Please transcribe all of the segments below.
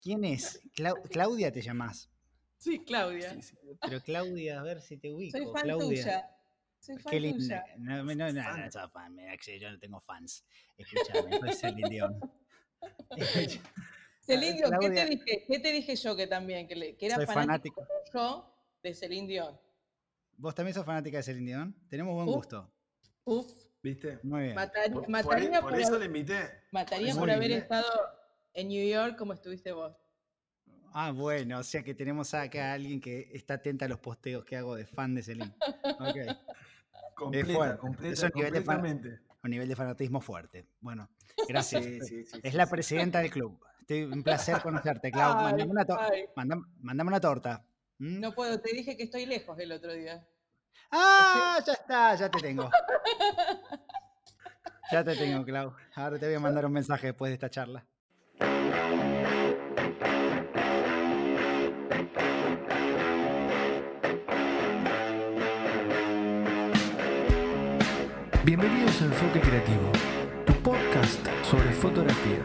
¿Quién es? Claudia te llamás. Sí, Claudia. Sí. Pero Claudia, a ver si te ubico. Soy fan Claudia. tuya. Soy fan Qué linda. tuya. No soy fan, mira que yo no tengo fans. Escúchame, soy Celine Dion. Celine Dion, Claudia, ¿qué te dije yo que también? Que era soy fanático como yo de Celine Dion. ¿Vos también sos fanática de Celine Dion? Tenemos buen gusto. ¿Viste? Muy bien. Mataría por eso le invité. Mataría por haber estado en New York como estuviste vos. Ah, bueno, o sea que tenemos acá a alguien que está atenta a los posteos que hago de fan de Celine. Okay. Completamente. Un nivel de fanatismo fuerte. Bueno, gracias. Sí, es la presidenta del club. Un placer conocerte, Clau. Mándame una torta. No puedo, te dije que estoy lejos el otro día. ¡Ah! Ya está, ya te tengo. Ya te tengo, Clau. Ahora te voy a mandar un mensaje después de esta charla. Bienvenidos a Enfoque Creativo, tu podcast sobre fotografía.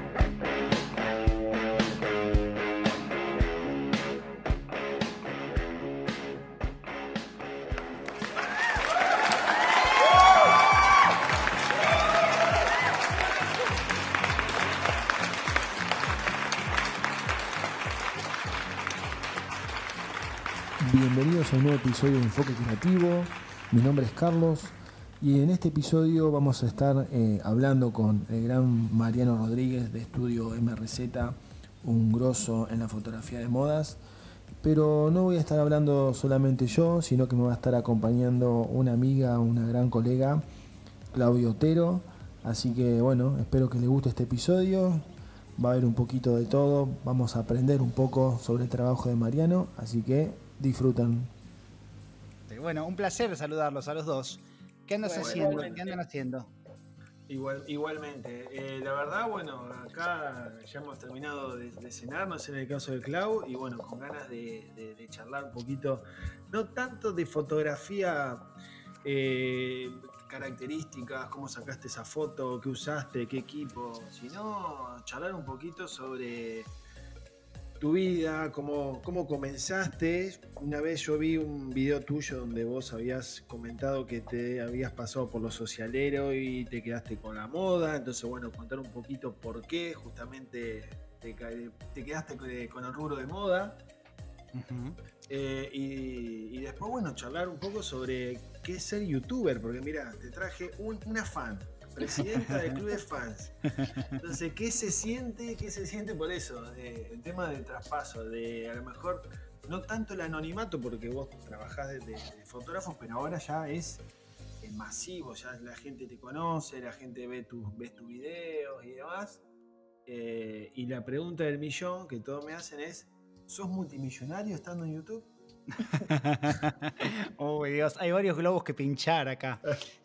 Bienvenidos a un nuevo episodio de Enfoque Creativo. Mi nombre es Carlos. Y en este episodio vamos a estar hablando con el gran Mariano Rodríguez de Estudio MRZ, un grosso en la fotografía de modas. Pero no voy a estar hablando solamente yo, sino que me va a estar acompañando una amiga, una gran colega, Claudio Otero. Así que bueno, espero que les guste este episodio. Va a haber un poquito de todo, vamos a aprender un poco sobre el trabajo de Mariano, así que disfrutan. Bueno, un placer saludarlos a los dos. ¿Qué andas haciendo? ¿Qué andan haciendo? Igualmente. La verdad, bueno, acá ya hemos terminado de cenar, no sé en el caso de Clau, y bueno, con ganas de charlar un poquito, no tanto de fotografía, características, cómo sacaste esa foto, qué usaste, qué equipo, sino charlar un poquito sobre tu vida, cómo comenzaste. Una vez yo vi un video tuyo donde vos habías comentado que te habías pasado por lo socialero y te quedaste con la moda. Entonces, bueno, contar un poquito por qué justamente te quedaste con el rubro de moda. Uh-huh. Y después, bueno, charlar un poco sobre qué es ser youtuber, porque mira, te traje una fan. Presidenta del club de fans. Entonces, ¿qué se siente por eso? El tema del traspaso, de a lo mejor no tanto el anonimato, porque vos trabajás de fotógrafo, pero ahora ya es masivo, ya la gente te conoce, la gente ve tus videos y demás. Y la pregunta del millón que todos me hacen es: ¿sos multimillonario estando en YouTube? Oh, Dios, hay varios globos que pinchar acá.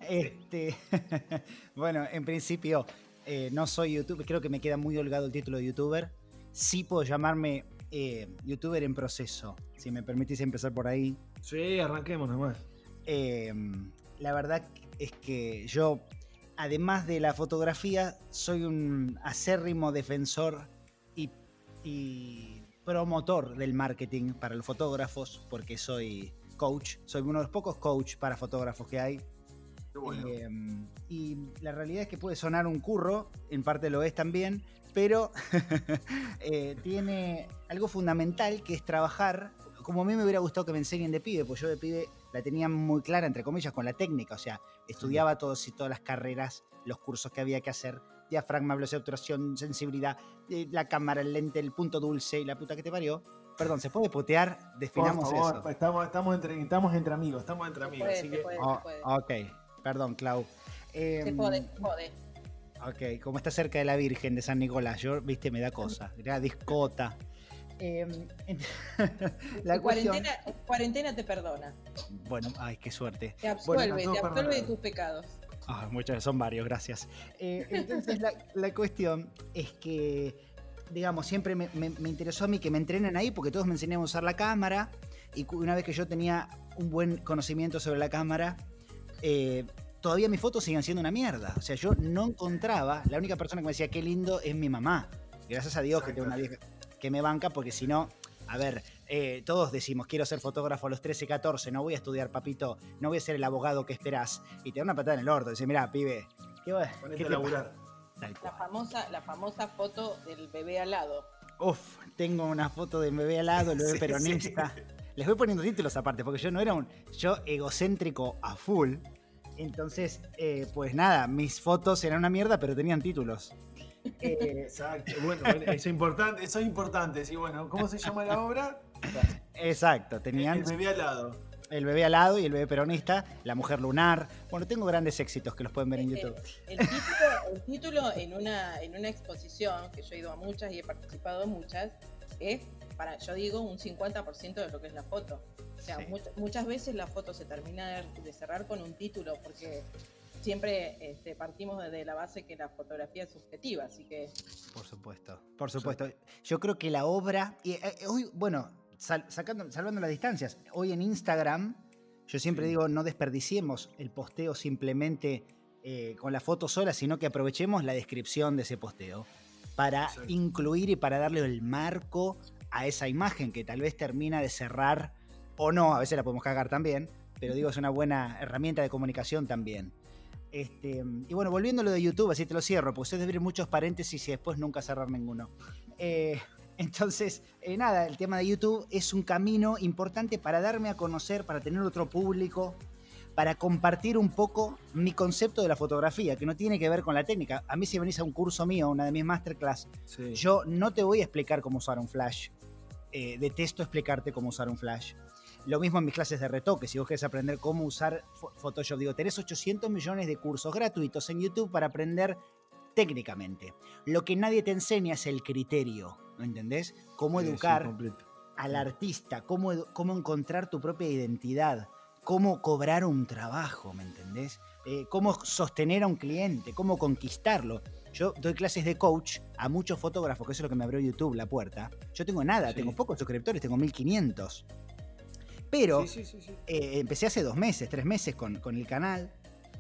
Bueno, en principio no soy youtuber, creo que me queda muy holgado el título de youtuber. Sí puedo llamarme youtuber en proceso, si me permitís empezar por ahí. Sí, arranquemos nomás. La verdad es que yo, además de la fotografía, soy un acérrimo defensor y promotor del marketing para los fotógrafos, porque soy coach, soy uno de los pocos coach para fotógrafos que hay. Bueno. Y la realidad es que puede sonar un curro, en parte lo es también, pero tiene algo fundamental, que es trabajar como a mí me hubiera gustado que me enseñen de pibe, pues yo de pibe la tenía muy clara, entre comillas, con la técnica, o sea, estudiaba todas las carreras, los cursos que había que hacer, diafragma, velocidad de obturación, sensibilidad, la cámara, el lente, el punto dulce y la puta que te parió. Perdón, ¿se puede putear? Definamos por favor, eso. Estamos entre amigos, así que... Ok, perdón, Clau. Se pode. Ok, como está cerca de la Virgen de San Nicolás, yo, viste, me da cosa, era discota. La cuarentena te perdona. Bueno, ay, qué suerte. Te absuelve de tus pecados. Muchos, son varios, gracias. Entonces la cuestión es que, digamos, siempre me interesó a mí que me entrenen ahí, porque todos me enseñaban a usar la cámara, y una vez que yo tenía un buen conocimiento sobre la cámara, todavía mis fotos siguen siendo una mierda. O sea, yo no encontraba, la única persona que me decía qué lindo es mi mamá. Gracias a Dios que tengo una vieja. que me banca, porque si no, a ver, todos decimos, quiero ser fotógrafo a los 13, 14, no voy a estudiar, papito, no voy a ser el abogado que esperás. Y te da una patada en el orto, dice, mirá, pibe, Ponete a laburar. La famosa foto del bebé al lado. Uf, tengo una foto de bebé al lado, el bebé peronista. Sí. Les voy poniendo títulos aparte, porque yo no era yo egocéntrico a full. Entonces, pues nada, mis fotos eran una mierda, pero tenían títulos. Exacto, bueno, eso es importante. Sí, bueno, ¿cómo se llama la obra? Exacto, tenían... El bebé al lado. El bebé al lado y el bebé peronista, la mujer lunar. Bueno, tengo grandes éxitos que los pueden ver en YouTube. El título en una exposición, que yo he ido a muchas y he participado en muchas, es, yo digo, un 50% de lo que es la foto. O sea, sí. Muchas veces la foto se termina de cerrar con un título, porque siempre partimos desde la base que la fotografía es subjetiva, así que... Por supuesto. Yo creo que la obra... hoy, bueno... salvando las distancias, hoy en Instagram yo siempre digo, no desperdiciemos el posteo simplemente con la foto sola, sino que aprovechemos la descripción de ese posteo para incluir y para darle el marco a esa imagen que tal vez termina de cerrar o no, a veces la podemos cagar también, pero digo, es una buena herramienta de comunicación también. Y bueno, volviendo a lo de YouTube, así te lo cierro, porque ustedes abrir muchos paréntesis y después nunca cerrar ninguno. Entonces, nada, el tema de YouTube es un camino importante para darme a conocer, para tener otro público, para compartir un poco mi concepto de la fotografía, que no tiene que ver con la técnica. A mí si venís a un curso mío, una de mis masterclass, yo no te voy a explicar cómo usar un flash. Detesto explicarte cómo usar un flash. Lo mismo en mis clases de retoque, si vos querés aprender cómo usar Photoshop. Digo, tenés 800 millones de cursos gratuitos en YouTube para aprender técnicamente. Lo que nadie te enseña es el criterio, ¿no entendés? Cómo educar al artista, cómo encontrar tu propia identidad, cómo cobrar un trabajo, ¿me entendés? Cómo sostener a un cliente, cómo conquistarlo. Yo doy clases de coach a muchos fotógrafos, que eso es lo que me abrió YouTube la puerta. Yo tengo nada, tengo pocos suscriptores, tengo 1500. Pero empecé hace 2 meses, 3 meses con el canal.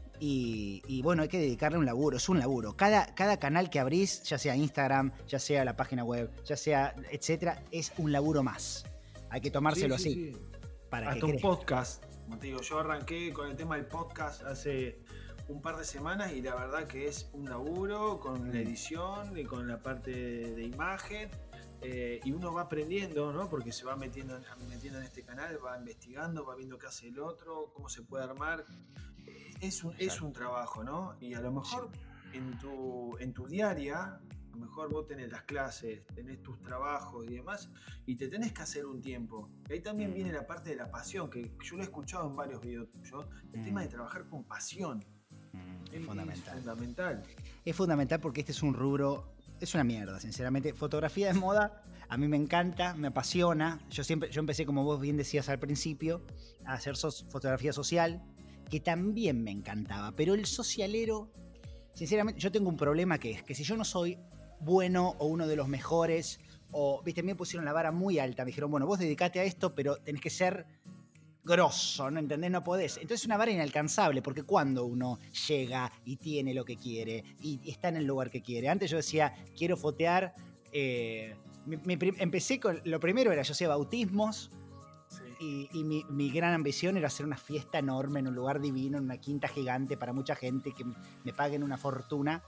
Y bueno, hay que dedicarle un laburo, es un laburo. Cada canal que abrís, ya sea Instagram, ya sea la página web, ya sea etcétera, es un laburo más. Hay que tomárselo así. Para hasta que un podcast. Como te digo, yo arranqué con el tema del podcast hace un par de semanas y la verdad que es un laburo con la edición y con la parte de imagen. Y uno va aprendiendo, ¿no? Porque se va metiendo en este canal, va investigando, va viendo qué hace el otro, cómo se puede armar. Es un trabajo, ¿no? Y a lo mejor en tu diaria, a lo mejor vos tenés las clases, tenés tus trabajos y demás, y te tenés que hacer un tiempo. Y ahí también viene la parte de la pasión, que yo lo he escuchado en varios videos tuyos, el tema de trabajar con pasión. Es fundamental. Es fundamental. Es fundamental porque este es un rubro, es una mierda, sinceramente. Fotografía de moda, a mí me encanta, me apasiona. Yo empecé, como vos bien decías al principio, a hacer fotografía social, que también me encantaba, pero el socialero, sinceramente, yo tengo un problema que es que si yo no soy bueno o uno de los mejores, o, viste, me pusieron la vara muy alta, me dijeron, bueno, vos dedicate a esto, pero tenés que ser grosso, ¿no entendés? No podés. Entonces es una vara inalcanzable, porque cuando uno llega y tiene lo que quiere, y está en el lugar que quiere. Antes yo decía, quiero fotear, empecé con, lo primero era, yo hacía bautismos, y mi gran ambición era hacer una fiesta enorme en un lugar divino, en una quinta gigante para mucha gente, que me paguen una fortuna.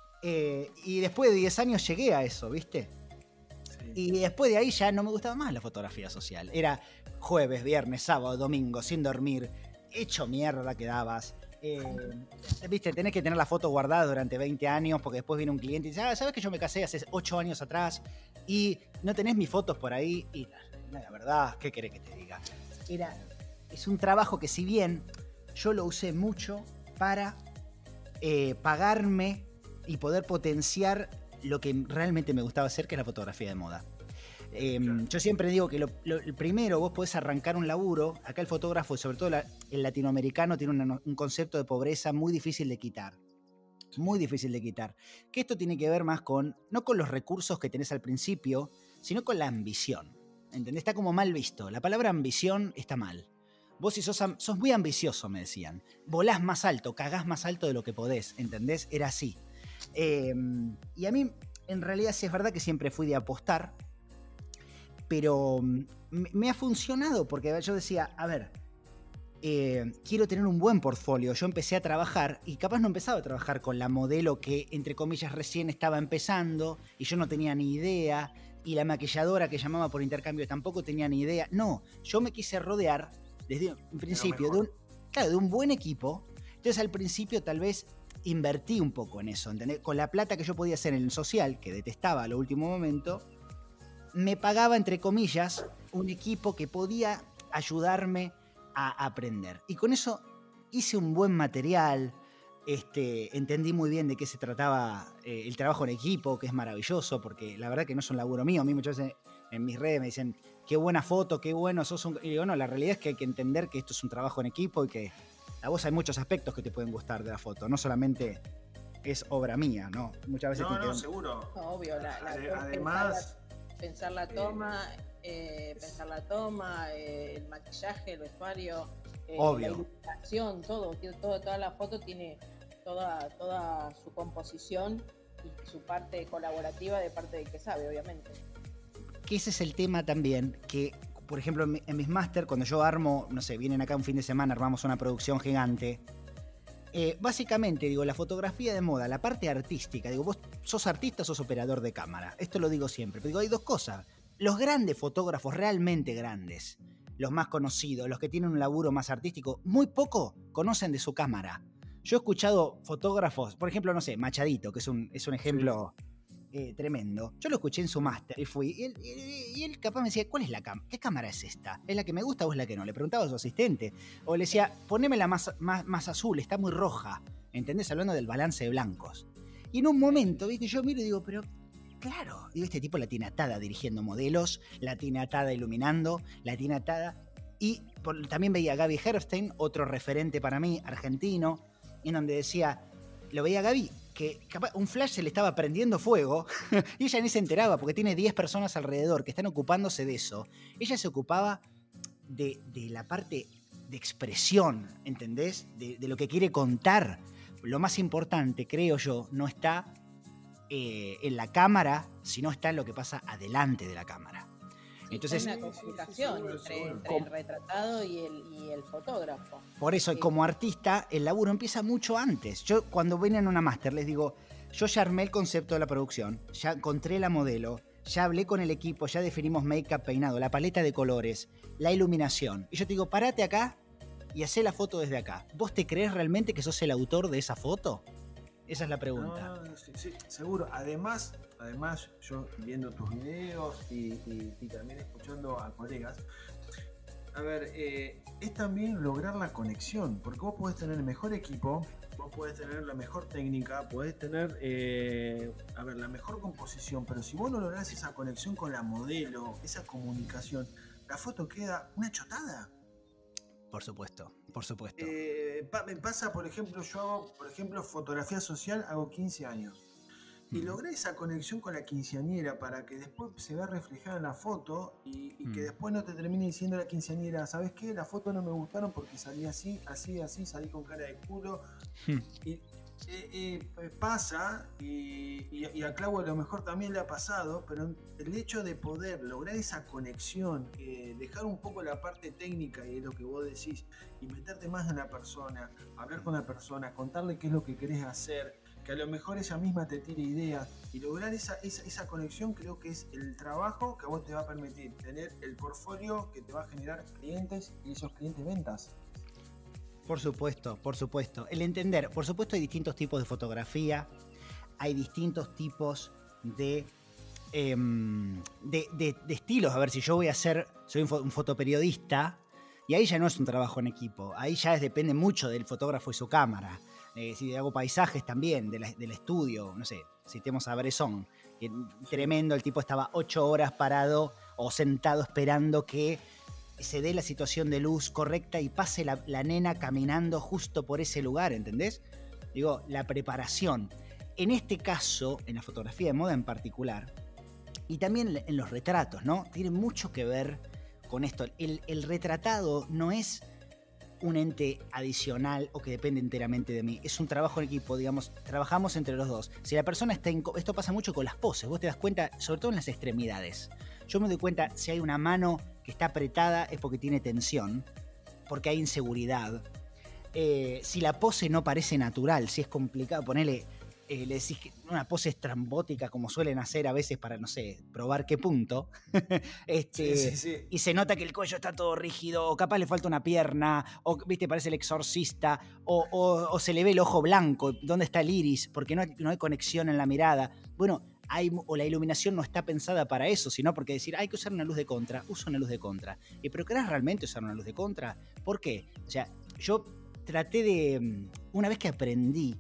Y después de 10 años llegué a eso, ¿viste? Sí. Y después de ahí ya no me gustaba más la fotografía social. Era jueves, viernes, sábado, domingo, sin dormir, hecho mierda quedabas. ¿Viste? Tenés que tener la foto guardada durante 20 años porque después viene un cliente y dice, ¿sabes que yo me casé hace 8 años atrás y no tenés mis fotos por ahí? Y la verdad, ¿qué querés que te diga? Es un trabajo que, si bien yo lo usé mucho para pagarme y poder potenciar lo que realmente me gustaba hacer, que es la fotografía de moda. Yo siempre digo que el primero, vos podés arrancar un laburo. Acá el fotógrafo, sobre todo el latinoamericano, tiene un concepto de pobreza muy difícil de quitar. Muy difícil de quitar. Que esto tiene que ver más no con los recursos que tenés al principio, sino con la ambición. ¿Entendés? Está como mal visto. La palabra ambición está mal. Vos si sos muy ambicioso, me decían. Volás más alto, cagás más alto de lo que podés, ¿entendés? Era así. Y a mí, en realidad, sí es verdad que siempre fui de apostar. pero me ha funcionado porque yo decía, a ver, quiero tener un buen portfolio. Yo empecé a trabajar y capaz no empezaba a trabajar con la modelo que, entre comillas, recién estaba empezando y yo no tenía ni idea, y la maquilladora que llamaba por intercambio tampoco tenía ni idea. No, yo me quise rodear desde un principio de un buen equipo. Entonces al principio tal vez invertí un poco en eso, ¿entendés? Con la plata que yo podía hacer en el social, que detestaba a lo último momento, me pagaba, entre comillas, un equipo que podía ayudarme a aprender. Y con eso hice un buen material, entendí muy bien de qué se trataba el trabajo en equipo, que es maravilloso, porque la verdad que no es un laburo mío. A mí muchas veces en mis redes me dicen, qué buena foto, qué bueno sos un... Y digo, no, la realidad es que hay que entender que esto es un trabajo en equipo y que a vos hay muchos aspectos que te pueden gustar de la foto, no solamente es obra mía, ¿no? Muchas veces seguro. Obvio, además... Pensar la toma, el maquillaje, el vestuario, obvio. La iluminación, toda la foto tiene toda su composición y su parte colaborativa de parte del que sabe, obviamente. Que ese es el tema también, que por ejemplo en mis máster, cuando yo armo, no sé, vienen acá un fin de semana, armamos una producción gigante. Básicamente, digo, la fotografía de moda, la parte artística, digo, vos sos artista o sos operador de cámara. Esto lo digo siempre, pero digo, hay dos cosas. Los grandes fotógrafos, realmente grandes, los más conocidos, los que tienen un laburo más artístico, muy poco conocen de su cámara. Yo he escuchado fotógrafos, por ejemplo, no sé, Machadito, que es un ejemplo tremendo. Yo lo escuché en su máster y fui, y él capaz me decía, ¿cuál es la cámara? ¿Qué cámara es esta? ¿Es la que me gusta o es la que no? Le preguntaba a su asistente. O le decía, ponémela más azul, está muy roja. ¿Entendés? Hablando del balance de blancos. Y en un momento, ¿viste? Yo miro y digo, pero claro, digo, este tipo la tiene atada dirigiendo modelos, la tiene atada iluminando, la tiene atada. Y también veía a Gaby Herfstein, otro referente para mí, argentino, en donde decía, lo veía a Gaby, que capaz un flash se le estaba prendiendo fuego y ella ni se enteraba porque tiene 10 personas alrededor que están ocupándose de eso. Ella se ocupaba de la parte de expresión, ¿entendés? De lo que quiere contar. Lo más importante, creo yo, no está en la cámara, sino está en lo que pasa adelante de la cámara. Entonces, hay una comunicación entre el retratado y el fotógrafo. Por eso, como artista, el laburo empieza mucho antes. Yo, cuando vienen a una máster, les digo, yo ya armé el concepto de la producción, ya encontré la modelo, ya hablé con el equipo, ya definimos make-up, peinado, la paleta de colores, la iluminación. Y yo te digo, parate acá y hacé la foto desde acá. ¿Vos te crees realmente que sos el autor de esa foto? Esa es la pregunta. No, sí, seguro. Además, yo viendo tus videos y también escuchando a colegas, a ver, es también lograr la conexión, porque vos podés tener el mejor equipo, vos podés tener la mejor técnica, podés tener la mejor composición, pero si vos no lográs esa conexión con la modelo, esa comunicación, la foto queda una chotada. Por supuesto, por supuesto. Me pasa, por ejemplo, yo hago, fotografía social, hago 15 años. Y logré esa conexión con la quinceañera para que después se vea reflejada en la foto y que después no te termine diciendo la quinceañera, ¿sabes qué? La foto no me gustaron porque salí así, salí con cara de culo. Pasa, y a Clau a lo mejor también le ha pasado, pero el hecho de poder lograr esa conexión, dejar un poco la parte técnica y es lo que vos decís, y meterte más en la persona, hablar con la persona, contarle qué es lo que querés hacer, que a lo mejor ella misma te tire ideas, y lograr esa conexión, creo que es el trabajo que a vos te va a permitir tener el portfolio que te va a generar clientes y esos clientes ventas. Por supuesto, por supuesto. El entender, por supuesto hay distintos tipos de fotografía, hay distintos tipos de estilos. A ver, si yo soy un fotoperiodista, y ahí ya no es un trabajo en equipo, ahí ya depende mucho del fotógrafo y su cámara. Si hago paisajes también, del estudio, no sé, citemos a Bresson, que tremendo, el tipo estaba 8 horas parado o sentado esperando que se dé la situación de luz correcta y pase la nena caminando justo por ese lugar, ¿entendés? Digo, la preparación. En este caso, en la fotografía de moda en particular, y también en los retratos, ¿no? Tiene mucho que ver con esto. El retratado no es un ente adicional o que depende enteramente de mí. Es un trabajo en equipo, digamos, trabajamos entre los dos. Si la persona está esto pasa mucho con las poses, vos te das cuenta, sobre todo en las extremidades. Yo me doy cuenta, si hay una mano que está apretada es porque tiene tensión, porque hay inseguridad. Si la pose no parece natural, si es complicado, ponele, le decís que una pose estrambótica como suelen hacer a veces para, no sé, probar qué punto. Sí. Y se nota que el cuello está todo rígido, o capaz le falta una pierna, o viste, parece el exorcista, o se le ve el ojo blanco, ¿dónde está el iris? Porque no hay conexión en la mirada. Bueno, o la iluminación no está pensada para eso, sino porque decir, hay que usar una luz de contra, uso una luz de contra. ¿Pero querés realmente usar una luz de contra? ¿Por qué? O sea, yo traté de, una vez que aprendí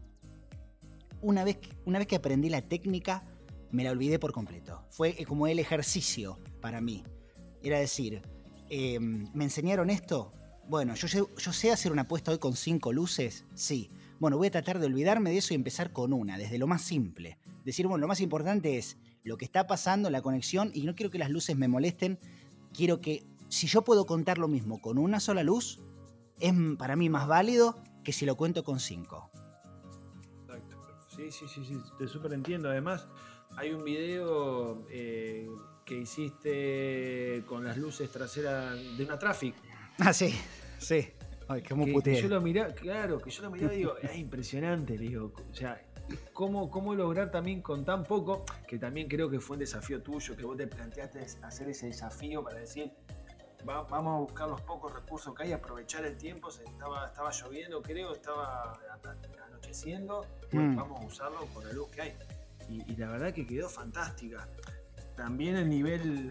la técnica, me la olvidé por completo. Fue como el ejercicio para mí. Era decir, ¿me enseñaron esto? Bueno, yo sé hacer una puesta hoy con 5 luces, sí. Bueno, voy a tratar de olvidarme de eso y empezar con una, desde lo más simple. Decir, bueno, lo más importante es lo que está pasando, la conexión, y no quiero que las luces me molesten. Quiero que, si yo puedo contar lo mismo con una sola luz, es para mí más válido que si lo cuento con 5. Exacto. Sí, te súper entiendo. Además, hay un video que hiciste con las luces traseras de una Traffic. Ah, sí. Ay, cómo puteé. Que yo lo miraba y digo, es impresionante, le digo. O sea, ¿cómo lograr también con tan poco? Que también creo que fue un desafío tuyo, que vos te planteaste hacer ese desafío para decir, vamos a buscar los pocos recursos que hay, aprovechar el tiempo. Estaba lloviendo, creo, estaba anocheciendo. Vamos a usarlo con la luz que hay. Y la verdad que quedó fantástica. También el nivel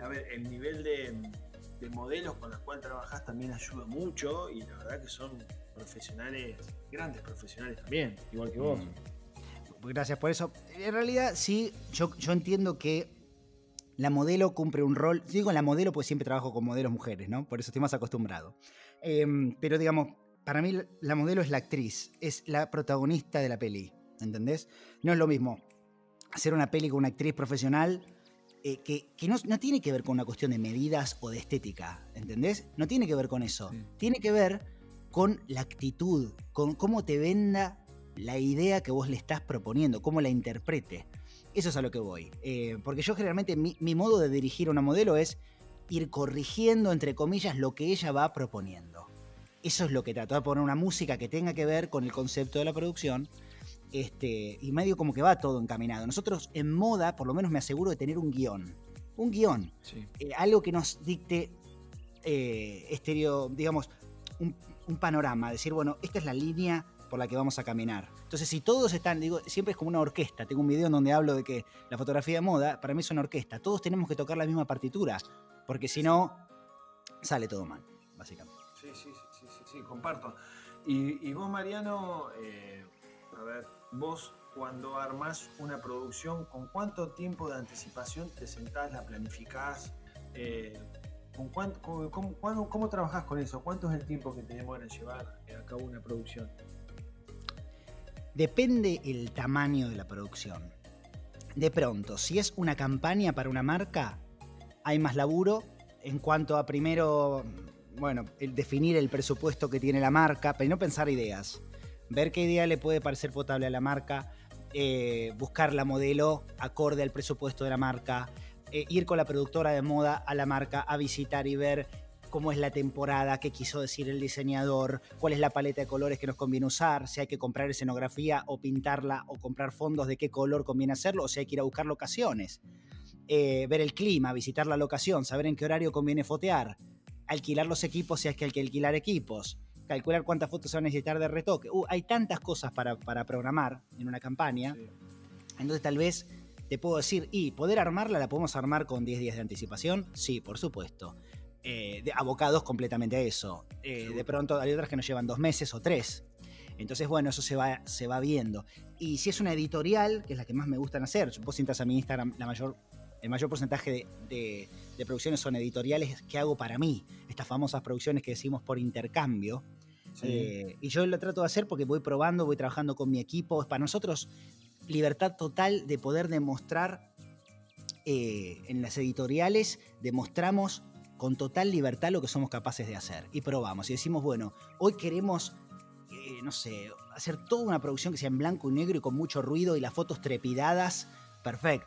de modelos con los cuales trabajás también ayuda mucho, y la verdad que son profesionales, grandes profesionales también, igual que vos. Gracias por eso. En realidad, sí, yo entiendo que la modelo cumple un rol. Digo la modelo porque siempre trabajo con modelos mujeres, ¿no? Por eso estoy más acostumbrado. Pero digamos, para mí la modelo es la actriz, es la protagonista de la peli, ¿entendés? No es lo mismo hacer una peli con una actriz profesional que no tiene que ver con una cuestión de medidas o de estética, ¿entendés? No tiene que ver con eso. Sí. Tiene que ver con la actitud, con cómo te venda la idea que vos le estás proponiendo, cómo la interprete. Eso es a lo que voy. Porque yo generalmente mi modo de dirigir a una modelo es ir corrigiendo, entre comillas, lo que ella va proponiendo. Eso es lo que trato de poner una música que tenga que ver con el concepto de la producción. Y medio como que va todo encaminado. Nosotros en moda, por lo menos me aseguro de tener un guión. Sí. Algo que nos dicte digamos, un panorama. Decir, bueno, esta es la línea por la que vamos a caminar. Entonces, si todos están, siempre es como una orquesta. Tengo un video en donde hablo de que la fotografía de moda, para mí es una orquesta. Todos tenemos que tocar la misma partitura, porque si no, sale todo mal, básicamente. Sí, comparto. Y vos, Mariano, a ver, vos cuando armás una producción, ¿con cuánto tiempo de anticipación te sentás, la planificás? ¿Cómo trabajás con eso? ¿Cuánto es el tiempo que te demora llevar a cabo una producción? Depende el tamaño de la producción. De pronto, si es una campaña para una marca, hay más laburo en cuanto a primero, bueno, el definir el presupuesto que tiene la marca, pero no pensar ideas. Ver qué idea le puede parecer potable a la marca, buscar la modelo acorde al presupuesto de la marca, ir con la productora de moda a la marca a visitar y ver cómo es la temporada, qué quiso decir el diseñador, cuál es la paleta de colores que nos conviene usar, si hay que comprar escenografía o pintarla o comprar fondos de qué color conviene hacerlo, o si hay que ir a buscar locaciones, ver el clima, visitar la locación, saber en qué horario conviene fotear, alquilar los equipos si hay que alquilar equipos, calcular cuántas fotos se van a necesitar de retoque. Hay tantas cosas para programar en una campaña. Sí. Entonces tal vez te puedo decir, poder armarla la podemos armar con 10 días de anticipación. Sí, por supuesto. Abocados completamente a eso. De pronto hay otras que nos llevan 2 meses o 3. Entonces, bueno, eso se va viendo. Y si es una editorial, que es la que más me gustan hacer, vos entras a mi Instagram, el mayor porcentaje de producciones son editoriales que hago para mí. Estas famosas producciones que decimos por intercambio. Sí. Y yo lo trato de hacer porque voy probando, voy trabajando con mi equipo. Es para nosotros libertad total de poder demostrar en las editoriales, demostramos con total libertad lo que somos capaces de hacer. Y probamos y decimos, bueno, hoy queremos, no sé, hacer toda una producción que sea en blanco y negro y con mucho ruido y las fotos trepidadas. Perfecto.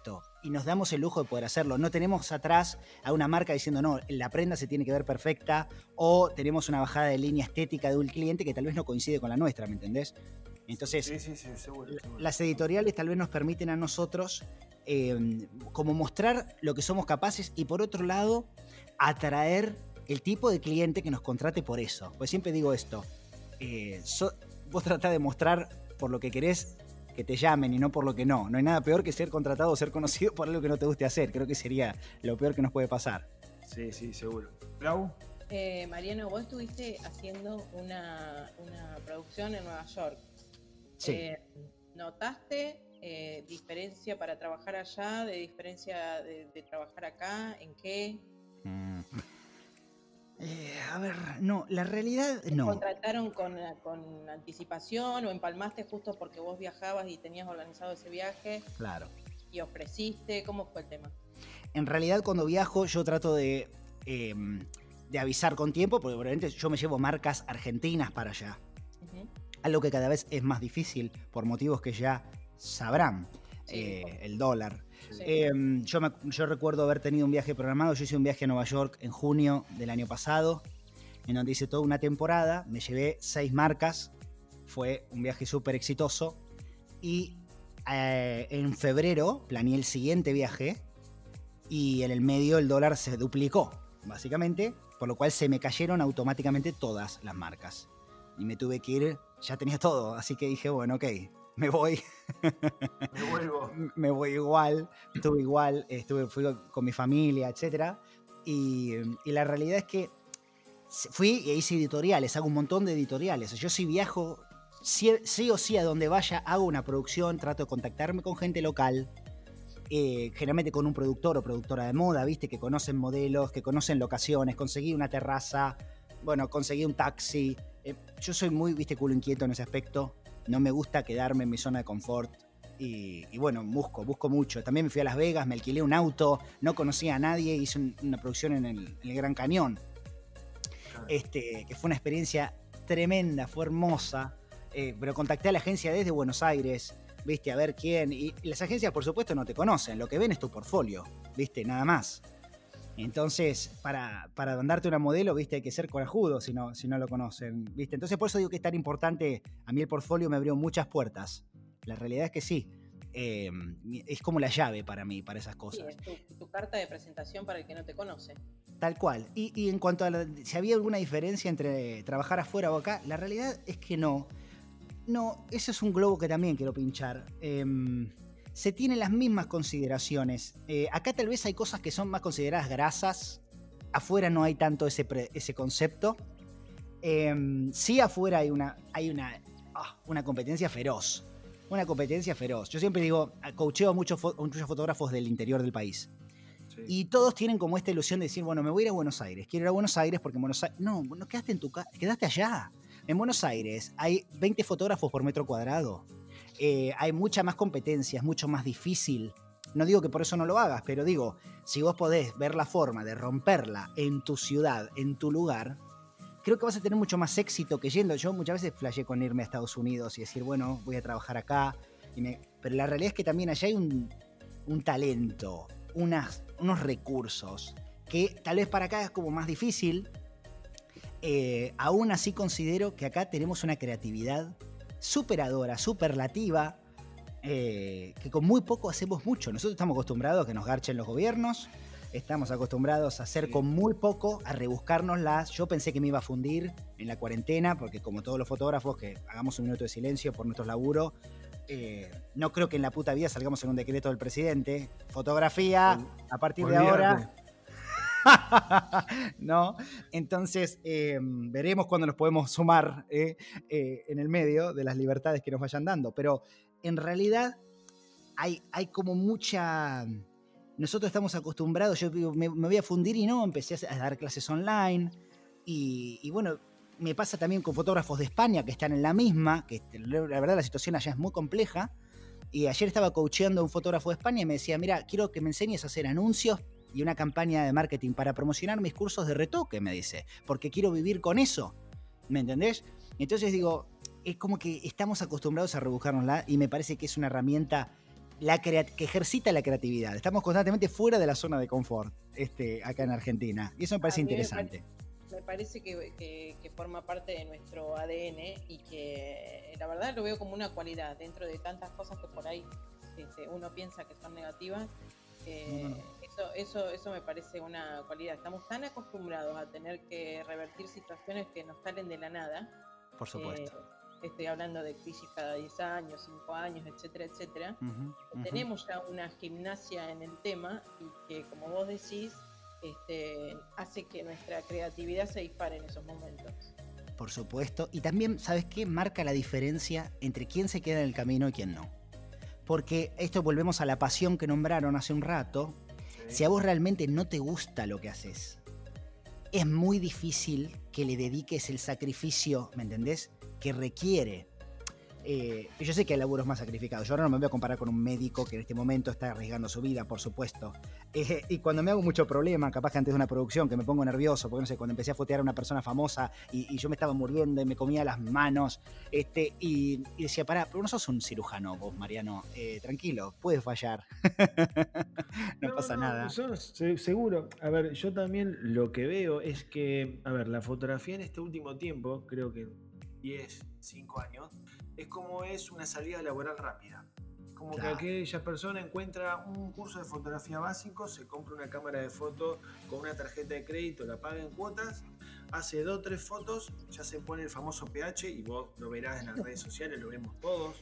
y nos damos el lujo de poder hacerlo. No tenemos atrás a una marca diciendo, no, la prenda se tiene que ver perfecta, o tenemos una bajada de línea estética de un cliente que tal vez no coincide con la nuestra, ¿me entendés? Entonces, Sí, seguro. las editoriales tal vez nos permiten a nosotros como mostrar lo que somos capaces y por otro lado, atraer el tipo de cliente que nos contrate por eso. Pues siempre digo esto, vos tratás de mostrar por lo que querés que te llamen y no por lo que no. No hay nada peor que ser contratado o ser conocido por algo que no te guste hacer. Creo que sería lo peor que nos puede pasar. Sí, seguro. ¿Lau? Mariano, vos estuviste haciendo una producción en Nueva York. Sí. ¿Notaste diferencia para trabajar allá, de diferencia de trabajar acá? ¿En qué? A ver, no, la realidad no. ¿Contrataron con anticipación o empalmaste justo porque vos viajabas y tenías organizado ese viaje? Claro. ¿Y ofreciste? ¿Cómo fue el tema? En realidad cuando viajo yo trato de avisar con tiempo, porque probablemente yo me llevo marcas argentinas para allá. Uh-huh. Algo que cada vez es más difícil por motivos que ya sabrán. Sí. El dólar. Sí. Yo recuerdo haber tenido un viaje programado. Yo hice un viaje a Nueva York en junio del año pasado, en donde hice toda una temporada. Me llevé 6 marcas. Fue un viaje súper exitoso. Y en febrero planeé el siguiente viaje. Y en el medio el dólar se duplicó, básicamente. Por lo cual se me cayeron automáticamente todas las marcas. Y me tuve que ir, ya tenía todo. Así que dije, bueno, ok, me voy. Me vuelvo. Me voy igual, fui con mi familia, etc. Y la realidad es que fui e hice editoriales, hago un montón de editoriales. Yo si viajo, sí o sí a donde vaya, hago una producción, trato de contactarme con gente local, generalmente con un productor o productora de moda, ¿viste? Que conocen modelos, que conocen locaciones, conseguí una terraza, bueno, conseguí un taxi. Yo soy muy, ¿viste? Culo inquieto en ese aspecto. No me gusta quedarme en mi zona de confort y bueno, busco mucho. También me fui a Las Vegas, me alquilé un auto, no conocía a nadie, hice una producción en el Gran Cañón. Claro. Que fue una experiencia tremenda, fue hermosa, pero contacté a la agencia desde Buenos Aires, ¿viste? A ver quién. Y las agencias, por supuesto, no te conocen, lo que ven es tu portfolio, ¿viste? Nada más. Entonces, para mandarte una modelo, ¿viste? Hay que ser corajudo si no lo conocen, ¿viste? Entonces, por eso digo que es tan importante. A mí el portfolio me abrió muchas puertas. La realidad es que sí. Es como la llave para mí, para esas cosas. Sí, es tu carta de presentación para el que no te conoce. Tal cual. Y en cuanto a si había alguna diferencia entre trabajar afuera o acá, la realidad es que no. No, eso es un globo que también quiero pinchar. Se tienen las mismas consideraciones. Acá tal vez hay cosas que son más consideradas grasas. Afuera no hay tanto ese concepto. Sí, afuera hay una competencia feroz. Una competencia feroz. Yo siempre digo, coacheo a muchos fotógrafos del interior del país. Sí. Y todos tienen como esta ilusión de decir, bueno, me voy a ir a Buenos Aires. Quiero ir a Buenos Aires porque en Buenos Aires... No quedaste en tu casa, quedaste allá. En Buenos Aires hay 20 fotógrafos por metro cuadrado. Hay mucha más competencia, es mucho más difícil. No digo que por eso no lo hagas, pero digo, si vos podés ver la forma de romperla en tu ciudad, en tu lugar, creo que vas a tener mucho más éxito que yendo. Yo muchas veces flasheé con irme a Estados Unidos y decir, bueno, voy a trabajar acá. Pero la realidad es que también allá hay un talento, unos recursos, que tal vez para acá es como más difícil. Aún así considero que acá tenemos una creatividad superadora, superlativa, que con muy poco hacemos mucho. Nosotros estamos acostumbrados a que nos garchen los gobiernos, estamos acostumbrados a hacer con muy poco, a rebuscárnoslas. Yo pensé que me iba a fundir en la cuarentena, porque como todos los fotógrafos, que hagamos un minuto de silencio por nuestro laburo, no creo que en la puta vida salgamos en un decreto del presidente. Fotografía, a partir de ahora... ¿No? Entonces veremos cuándo nos podemos sumar en el medio de las libertades que nos vayan dando, pero en realidad hay como mucha... Nosotros estamos acostumbrados, yo me voy a fundir y no, empecé a dar clases online y bueno, me pasa también con fotógrafos de España que están en la misma, que la verdad la situación allá es muy compleja, y ayer estaba coacheando a un fotógrafo de España y me decía, mira, quiero que me enseñes a hacer anuncios y una campaña de marketing para promocionar mis cursos de retoque, me dice, porque quiero vivir con eso, ¿me entendés? Entonces digo, es como que estamos acostumbrados a rebuscárnosla y me parece que es una herramienta que ejercita la creatividad. Estamos constantemente fuera de la zona de confort acá en Argentina. Y eso me parece interesante. Me parece que forma parte de nuestro ADN y que la verdad lo veo como una cualidad dentro de tantas cosas que por ahí uno piensa que son negativas. Eso me parece una cualidad. Estamos tan acostumbrados a tener que revertir situaciones que nos salen de la nada. Por supuesto. Estoy hablando de crisis cada 10 años, 5 años, etcétera, etcétera. Tenemos ya una gimnasia en el tema y que, como vos decís, hace que nuestra creatividad se dispare en esos momentos. Por supuesto. Y también, ¿sabes qué? Marca la diferencia entre quién se queda en el camino y quién no. Porque esto volvemos a la pasión que nombraron hace un rato. Sí. Si a vos realmente no te gusta lo que haces, es muy difícil que le dediques el sacrificio, ¿me entendés?, que requiere. Yo sé que hay laburos más sacrificados. Yo ahora no me voy a comparar con un médico que en este momento está arriesgando su vida, por supuesto. Y cuando me hago mucho problema, capaz que antes de una producción, que me pongo nervioso, porque no sé, cuando empecé a fotear a una persona famosa y yo me estaba muriendo y me comía las manos, y decía, pará, pero no sos un cirujano vos, Mariano. Tranquilo, puedes fallar. no pasa nada. Seguro. A ver, yo también lo que veo es que, a ver, la fotografía en este último tiempo, creo que 5 años, es como es una salida laboral rápida. Como claro. Que aquella persona encuentra un curso de fotografía básico, se compra una cámara de foto con una tarjeta de crédito, la paga en cuotas, hace 2 o 3 fotos, ya se pone el famoso PH y vos lo verás en las redes sociales, lo vemos todos,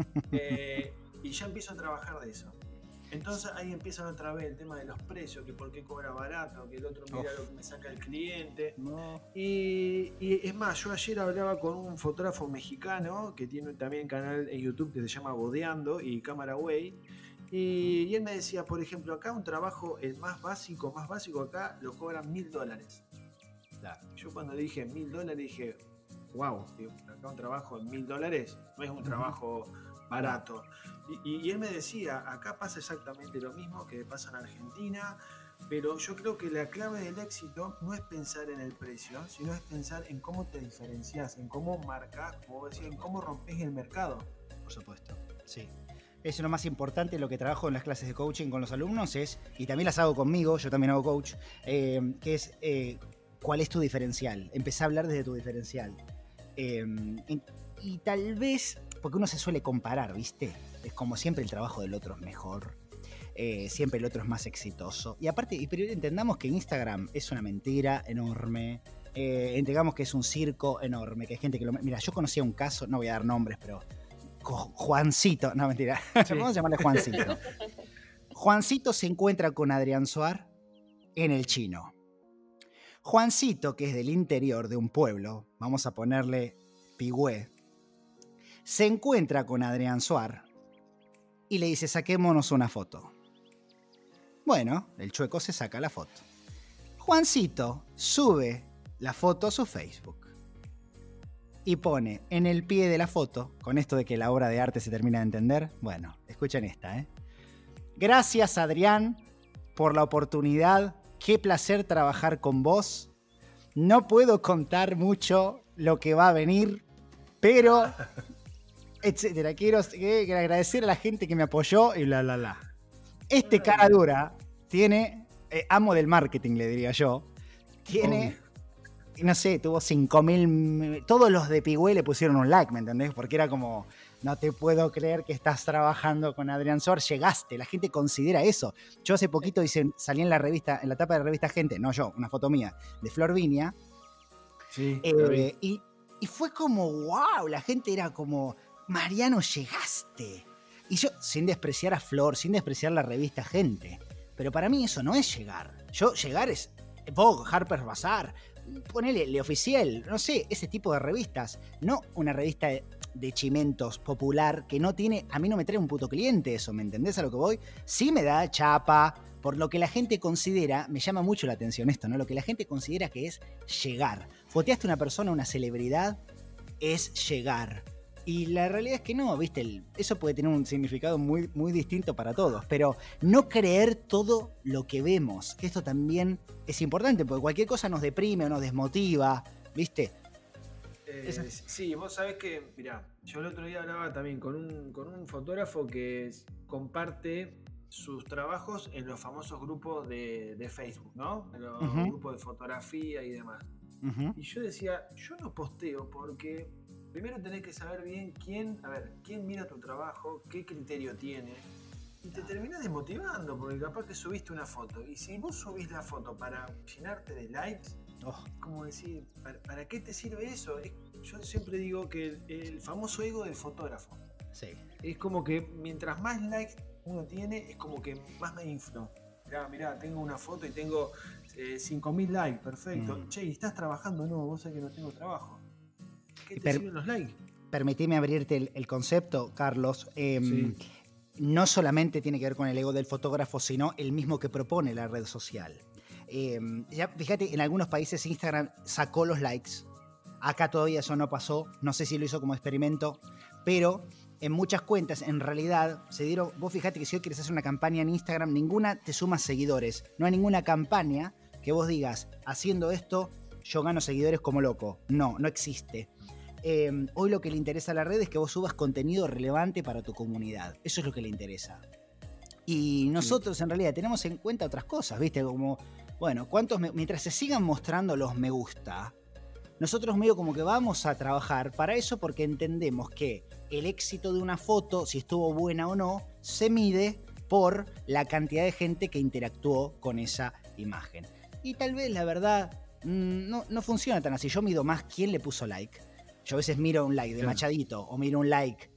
y ya empieza a trabajar de eso. Entonces ahí empiezan otra vez el tema de los precios, que por qué cobra barato, que el otro mira lo que me saca el cliente. No. Y es más, yo ayer hablaba con un fotógrafo mexicano que tiene también canal en YouTube que se llama Bodeando y Camera Way. Y él me decía, por ejemplo, acá un trabajo, el más básico acá, lo cobran $1.000. Claro. Yo cuando dije $1.000 dije, wow, acá un trabajo en $1.000 no es un trabajo barato. Y él me decía, acá pasa exactamente lo mismo que pasa en Argentina, pero yo creo que la clave del éxito no es pensar en el precio, sino es pensar en cómo te diferencias, en cómo marcas, como decía, en cómo rompes el mercado. Por supuesto, sí. Eso es lo más importante, lo que trabajo en las clases de coaching con los alumnos es, y también las hago conmigo, yo también hago coach, que es ¿cuál es tu diferencial? Empecé a hablar desde tu diferencial. Y tal vez, porque uno se suele comparar, ¿viste? Es como siempre el trabajo del otro es mejor, siempre el otro es más exitoso. Y aparte, pero entendamos que Instagram es una mentira enorme, entendamos que es un circo enorme, que hay gente que lo... Mira, yo conocía un caso, no voy a dar nombres, pero Juancito, no mentira, sí. Vamos a llamarle Juancito. Juancito se encuentra con Adrián Suar en el Chino. Juancito, que es del interior de un pueblo, vamos a ponerle Pigüé, se encuentra con Adrián Suar y le dice, saquémonos una foto. Bueno, el chueco se saca la foto. Juancito sube la foto a su Facebook y pone en el pie de la foto, con esto de que la obra de arte se termina de entender, bueno, escuchen esta, Gracias, Adrián, por la oportunidad. Qué placer trabajar con vos. No puedo contar mucho lo que va a venir, pero... etcétera. Quiero agradecer a la gente que me apoyó y bla, bla, bla. Cara dura tiene... amo del marketing, le diría yo. Tiene... no sé, tuvo 5.000... Todos los de Pigüé le pusieron un like, ¿me entendés? Porque era como... No te puedo creer que estás trabajando con Adrián Suar. Llegaste, la gente considera eso. Yo hace poquito salí en la revista, en la tapa de la revista Gente, no yo, una foto mía, de Flor Viña. Sí. Y fue como, wow, la gente era como, Mariano, llegaste. Y yo, sin despreciar a Flor, sin despreciar la revista Gente, pero para mí eso no es llegar. Llegar es Vogue, Harper's Bazaar, ponele Le Officiel, no sé, ese tipo de revistas. No una revista de chimentos popular que no tiene, a mí no me trae un puto cliente eso, ¿me entendés a lo que voy? Sí me da chapa, por lo que la gente considera, me llama mucho la atención esto, ¿no? Lo que la gente considera que es llegar. Foteaste a una persona, una celebridad, es llegar. Y la realidad es que no, ¿viste? Eso puede tener un significado muy, muy distinto para todos, pero no creer todo lo que vemos, que esto también es importante, porque cualquier cosa nos deprime o nos desmotiva, ¿viste? Sí, vos sabés que, mirá, yo el otro día hablaba también con un fotógrafo que comparte sus trabajos en los famosos grupos de Facebook, ¿no? En los grupos de fotografía y demás. Y yo decía, yo no posteo porque primero tenés que saber bien quién mira tu trabajo, qué criterio tiene. Y te terminás desmotivando porque capaz que subiste una foto. Y si vos subís la foto para llenarte de likes, como decir, ¿para qué te sirve eso? Yo siempre digo que el famoso ego del fotógrafo. Sí. Es como que mientras más likes uno tiene, es como que más me inflo. Mirá, tengo una foto y tengo 5.000 likes, perfecto. Che, ¿y estás trabajando? No, vos sabés que no tengo trabajo. ¿Qué te sirven los likes? Permitime abrirte el concepto, Carlos. Sí. No solamente tiene que ver con el ego del fotógrafo, sino el mismo que propone la red social. Ya fíjate, en algunos países Instagram sacó los likes. Acá todavía eso no pasó. No sé si lo hizo como experimento, pero en muchas cuentas, en realidad, vos fíjate que si hoy quieres hacer una campaña en Instagram, ninguna te suma seguidores. No hay ninguna campaña que vos digas, haciendo esto, yo gano seguidores como loco. No existe. Hoy lo que le interesa a la red es que vos subas contenido relevante para tu comunidad. Eso es lo que le interesa. Y nosotros en realidad tenemos en cuenta otras cosas, ¿viste? Como, bueno, mientras se sigan mostrando los me gusta, nosotros medio como que vamos a trabajar para eso porque entendemos que el éxito de una foto, si estuvo buena o no, se mide por la cantidad de gente que interactuó con esa imagen. Y tal vez, la verdad, no funciona tan así. Yo mido más quién le puso like. Yo a veces miro un like de Machadito o miro un like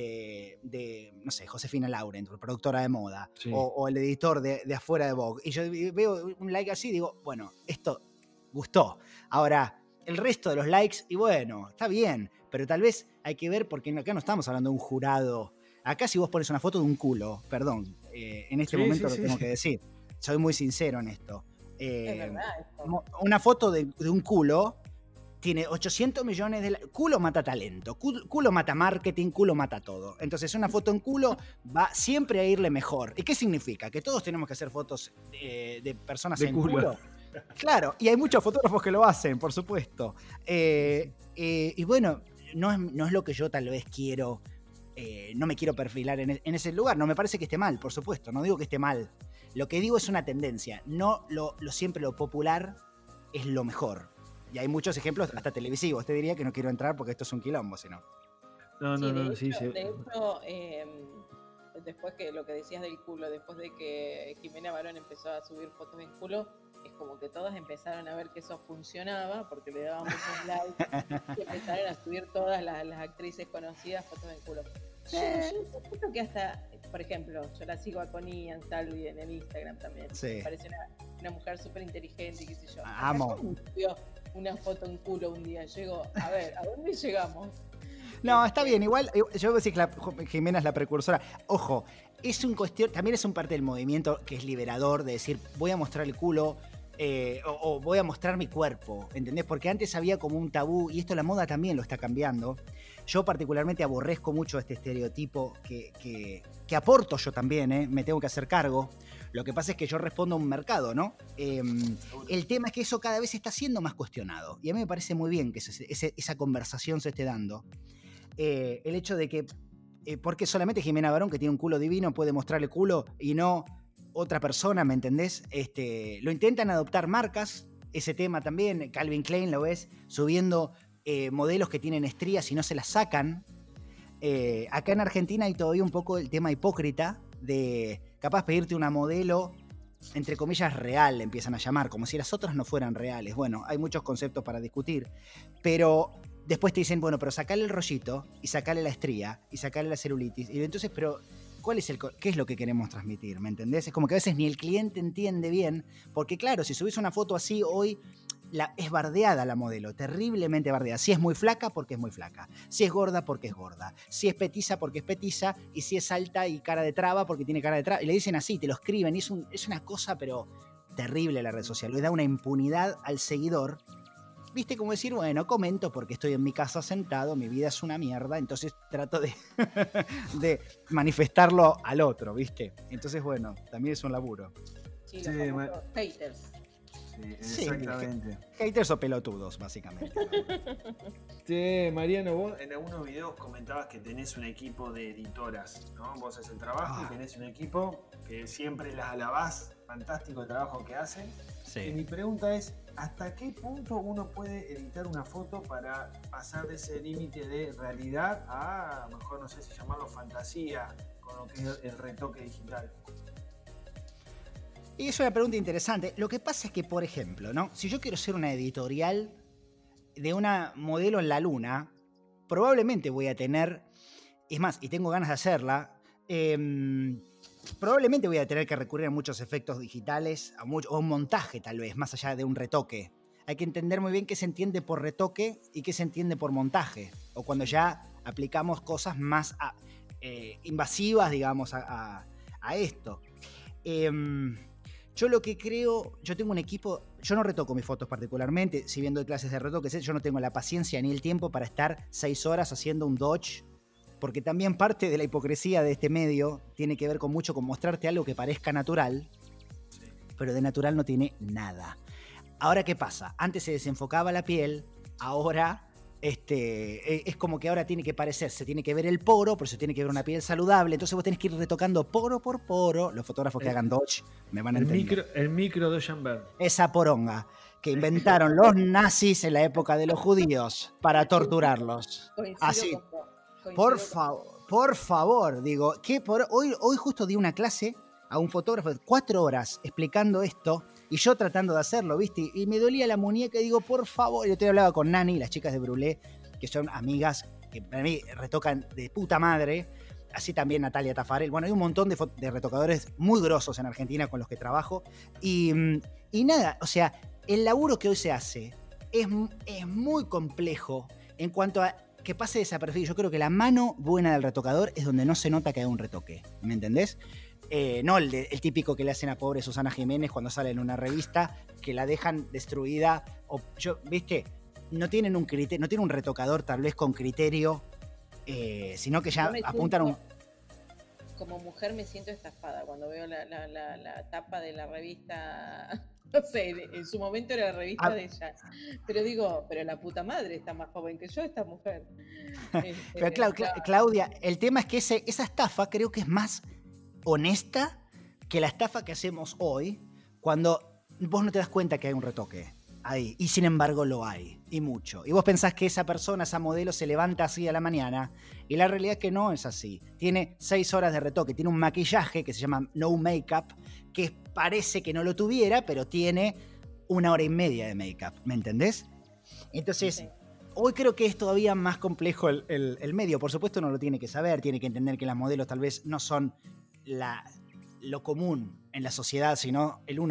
de no sé, Josefina Laurent, productora de moda, o el editor de Afuera de Vogue. Y yo veo un like así y digo, bueno, esto gustó. Ahora, el resto de los likes, y bueno, está bien, pero tal vez hay que ver, porque acá no estamos hablando de un jurado. Acá si vos pones una foto de un culo, perdón, en este momento lo tengo que decir, soy muy sincero en esto. Es verdad esto. Una foto de un culo tiene 800 millones de... Culo mata talento, culo mata marketing, culo mata todo. Entonces una foto en culo va siempre a irle mejor. ¿Y qué significa? ¿Que todos tenemos que hacer fotos de personas en culo? Claro, y hay muchos fotógrafos que lo hacen, por supuesto. Y bueno, no es lo que yo tal vez quiero... no me quiero perfilar en ese lugar. No me parece que esté mal, por supuesto. No digo que esté mal. Lo que digo es una tendencia. No siempre lo popular es lo mejor. Y hay muchos ejemplos hasta televisivos. Te diría que no quiero entrar porque esto es un quilombo, sino. De hecho, después que lo que decías del culo, después de que Jimena Barón empezó a subir fotos en culo, es como que todas empezaron a ver que eso funcionaba porque le daban muchos likes y empezaron a subir todas las actrices conocidas fotos en culo. Yo creo que hasta, por ejemplo, yo la sigo a Connie Ansaldi en el Instagram también. Sí. Me parece una mujer súper inteligente y qué sé yo. Amo. Subió una foto en culo un día. Yo digo, a ver, ¿a dónde llegamos? No, está bien, igual, yo voy a decir que Jimena es la precursora. Ojo, también es un parte del movimiento que es liberador de decir, voy a mostrar el culo o voy a mostrar mi cuerpo, ¿entendés? Porque antes había como un tabú, y esto la moda también lo está cambiando. Yo particularmente aborrezco mucho este estereotipo que aporto yo también, me tengo que hacer cargo. Lo que pasa es que yo respondo a un mercado, ¿no? El tema es que eso cada vez está siendo más cuestionado, y a mí me parece muy bien que esa conversación se esté dando. El hecho de que, porque solamente Jimena Barón, que tiene un culo divino, puede mostrar el culo y no otra persona, ¿me entendés? Lo intentan adoptar marcas, ese tema también. Calvin Klein, lo ves, subiendo modelos que tienen estrías y no se las sacan. Acá en Argentina hay todavía un poco el tema hipócrita de capaz pedirte una modelo, entre comillas, real, empiezan a llamar, como si las otras no fueran reales. Bueno, hay muchos conceptos para discutir, pero después te dicen, bueno, pero sacale el rollito y sacale la estría y sacale la celulitis. Y entonces, pero ¿qué es lo que queremos transmitir? ¿Me entendés? Es como que a veces ni el cliente entiende bien, porque claro, si subís una foto así hoy, es bardeada la modelo, terriblemente bardeada. Si es muy flaca, porque es muy flaca. Si es gorda, porque es gorda. Si es petiza, porque es petiza. Y si es alta y cara de traba, porque tiene cara de traba. Y le dicen así, te lo escriben. Y es una cosa, pero terrible la red social. Le da una impunidad al seguidor. ¿Viste? Como decir, bueno, comento porque estoy en mi casa sentado, mi vida es una mierda, entonces trato de manifestarlo al otro, ¿viste? Entonces, bueno, también es un laburo. Sí, los famosos haters. Sí, exactamente. Haters o pelotudos, básicamente. Sí, Mariano, vos en algunos videos comentabas que tenés un equipo de editoras, ¿no? Vos haces el trabajo y tenés un equipo que siempre las alabás, fantástico el trabajo que hacen. Sí. Y mi pregunta es, ¿hasta qué punto uno puede editar una foto para pasar de ese límite de realidad a mejor no sé si llamarlo fantasía, con lo que es el retoque digital? Y es una pregunta interesante. Lo que pasa es que, por ejemplo, ¿no? Si yo quiero hacer una editorial de una modelo en la luna, probablemente voy a tener, es más, y tengo ganas de hacerla, probablemente voy a tener que recurrir a muchos efectos digitales, o un montaje tal vez, más allá de un retoque. Hay que entender muy bien qué se entiende por retoque y qué se entiende por montaje, o cuando ya aplicamos cosas más invasivas, digamos, a esto. Yo lo que creo, yo tengo un equipo, yo no retoco mis fotos particularmente, si bien doy clases de retoque, yo no tengo la paciencia ni el tiempo para estar 6 horas haciendo un dodge, porque también parte de la hipocresía de este medio tiene que ver con mucho con mostrarte algo que parezca natural, pero de natural no tiene nada. Ahora, ¿qué pasa? Antes se desenfocaba la piel, ahora es como que ahora tiene que parecer, se tiene que ver el poro, por eso tiene que ver una piel saludable, entonces vos tenés que ir retocando poro por poro. Los fotógrafos que hagan dodge me van a entender. El micro Dodge & Burn. Esa poronga que inventaron los nazis en la época de los judíos para torturarlos. Así. Por favor, digo, que hoy justo di una clase a un fotógrafo de 4 horas explicando esto y yo tratando de hacerlo, ¿viste? Y me dolía la muñeca y digo, por favor. Yo te hablaba con Nani, las chicas de Brulé, que son amigas que para mí retocan de puta madre. Así también Natalia Tafarel. Bueno, hay un montón de retocadores muy grosos en Argentina con los que trabajo. Y nada, o sea, el laburo que hoy se hace es muy complejo en cuanto a que pase desapercibido. Yo creo que la mano buena del retocador es donde no se nota que hay un retoque. ¿Me entendés? No el típico que le hacen a pobre Susana Jiménez cuando sale en una revista, que la dejan destruida. ¿Viste? No tienen un criterio, no tienen un retocador tal vez con criterio, sino que ya apuntan un... Como mujer me siento estafada cuando veo la tapa de la revista. No sé, en su momento era la revista de ella. Pero digo, pero la puta madre está más joven que yo, esta mujer. Pero Claudia, el tema es que esa estafa creo que es más honesta que la estafa que hacemos hoy cuando vos no te das cuenta que hay un retoque ahí, y sin embargo lo hay, y mucho. Y vos pensás que esa persona, esa modelo, se levanta así a la mañana, y la realidad es que no es así. Tiene 6 horas de retoque, tiene un maquillaje que se llama no make-up, que parece que no lo tuviera, pero tiene 1 hora y media de make-up, ¿me entendés? Entonces, sí. Hoy creo que es todavía más complejo el medio. Por supuesto no lo tiene que saber, tiene que entender que las modelos tal vez no son lo común en la sociedad, sino el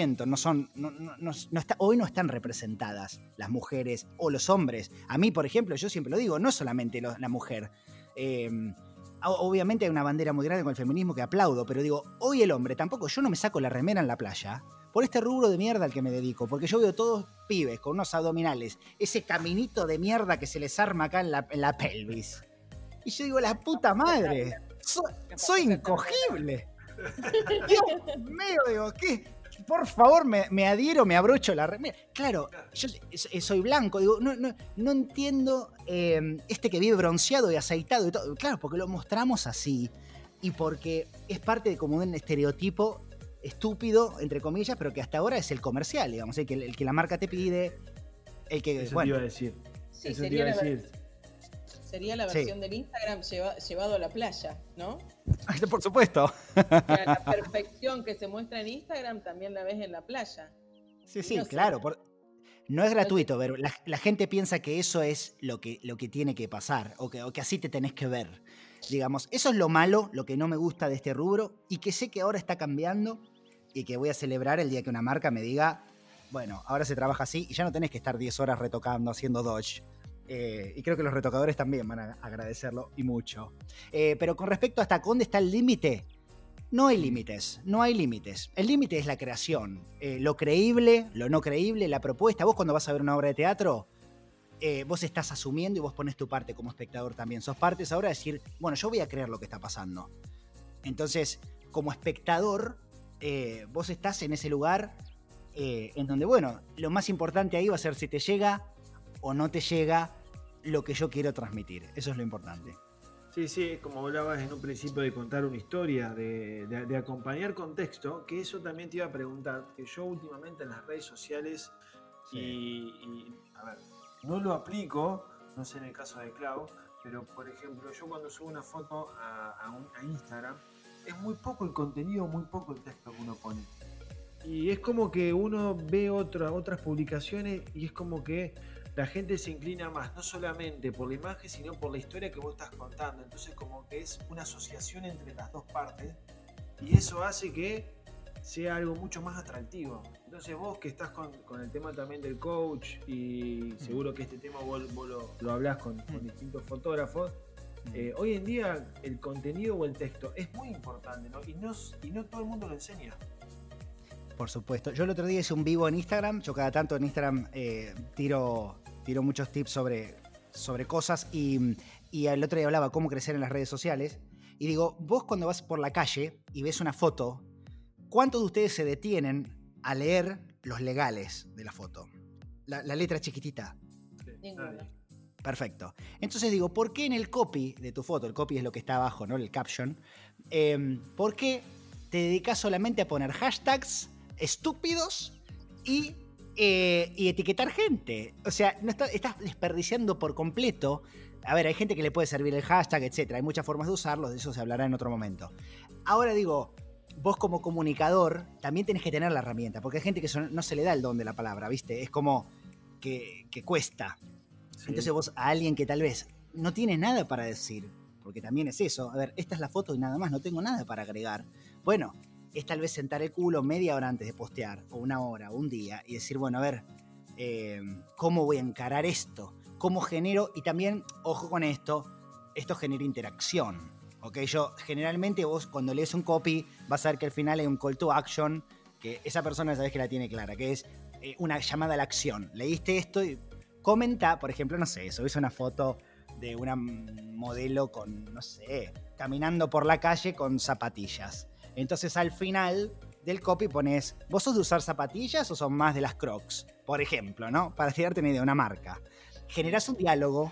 1%. Hoy no están representadas las mujeres o los hombres. A mí, por ejemplo, yo siempre lo digo, no solamente la mujer. Obviamente hay una bandera muy grande con el feminismo que aplaudo, pero digo, hoy el hombre tampoco, yo no me saco la remera en la playa por este rubro de mierda al que me dedico, porque yo veo todos pibes con unos abdominales, ese caminito de mierda que se les arma acá en la pelvis. Y yo digo, la puta madre, soy incogible. Dios mío, digo, ¿qué? Por favor, me adhiero, me abrocho la remera. Claro, yo soy blanco, digo, no entiendo este que vive bronceado y aceitado y todo. Claro, porque lo mostramos así y porque es parte de como un estereotipo estúpido, entre comillas, pero que hasta ahora es el comercial, digamos, el que la marca te pide, el que... Eso te iba a decir. Sí, eso te iba a decir. Sería la versión del Instagram llevado a la playa, ¿no? Por supuesto. La perfección que se muestra en Instagram también la ves en la playa. Sí, no claro. No es gratuito, pero la gente piensa que eso es lo que tiene que pasar, o que así te tenés que ver. Digamos, eso es lo malo, lo que no me gusta de este rubro, y que sé que ahora está cambiando, y que voy a celebrar el día que una marca me diga, bueno, ahora se trabaja así, y ya no tenés que estar 10 horas retocando, haciendo dodge. Y creo que los retocadores también van a agradecerlo, y mucho. Pero con respecto a hasta dónde está el límite, no hay límites, no hay límites. El límite es la creación, lo creíble, lo no creíble, la propuesta. Vos cuando vas a ver una obra de teatro, vos estás asumiendo y vos pones tu parte como espectador también. Sos partes ahora de decir, bueno, yo voy a creer lo que está pasando. Entonces, como espectador, vos estás en ese lugar en donde, bueno, lo más importante ahí va a ser si te llega o no te llega lo que yo quiero transmitir. Eso es lo importante. Sí, como hablabas en un principio de contar una historia, de acompañar contexto, que eso también te iba a preguntar, que yo últimamente en las redes sociales, a ver, no lo aplico, no sé en el caso de Clau, pero por ejemplo, yo cuando subo una foto a Instagram, es muy poco el contenido, muy poco el texto que uno pone. Y es como que uno ve otras publicaciones y es como que la gente se inclina más, no solamente por la imagen, sino por la historia que vos estás contando. Entonces como que es una asociación entre las dos partes y eso hace que sea algo mucho más atractivo. Entonces vos que estás con el tema también del coach y seguro que este tema vos lo hablás con distintos fotógrafos, hoy en día el contenido o el texto es muy importante, ¿no? Y no todo el mundo lo enseña. Por supuesto. Yo el otro día hice un vivo en Instagram. Yo cada tanto en Instagram tiro muchos tips sobre cosas y el otro día hablaba cómo crecer en las redes sociales. Y digo, vos cuando vas por la calle y ves una foto, ¿cuántos de ustedes se detienen a leer los legales de la foto? La letra chiquitita. Ninguna. Perfecto. Entonces digo, ¿por qué en el copy de tu foto, el copy es lo que está abajo, ¿no? El caption, ¿por qué te dedicas solamente a poner hashtags estúpidos y etiquetar gente? O sea, no estás desperdiciando por completo. A ver, hay gente que le puede servir el hashtag, etc. Hay muchas formas de usarlos, de eso se hablará en otro momento. Ahora digo, vos como comunicador también tenés que tener la herramienta, porque hay gente que no se le da el don de la palabra, ¿viste? Es como que cuesta. Sí. Entonces vos a alguien que tal vez no tiene nada para decir, porque también es eso, a ver, esta es la foto y nada más, no tengo nada para agregar. Bueno, es tal vez sentar el culo media hora antes de postear, o una hora, o un día, y decir, bueno, a ver, ¿cómo voy a encarar esto? ¿Cómo genero? Y también, ojo con esto genera interacción, ¿ok? Generalmente vos cuando lees un copy vas a ver que al final hay un call to action, que esa persona sabés que la tiene clara, que es una llamada a la acción. Leíste esto y comenta, por ejemplo, no sé, subís una foto de una modelo con, no sé, caminando por la calle con zapatillas. Entonces al final del copy pones, ¿vos sos de usar zapatillas o son más de las Crocs? Por ejemplo, ¿no? Para tirarte una idea, una marca. Generás un diálogo,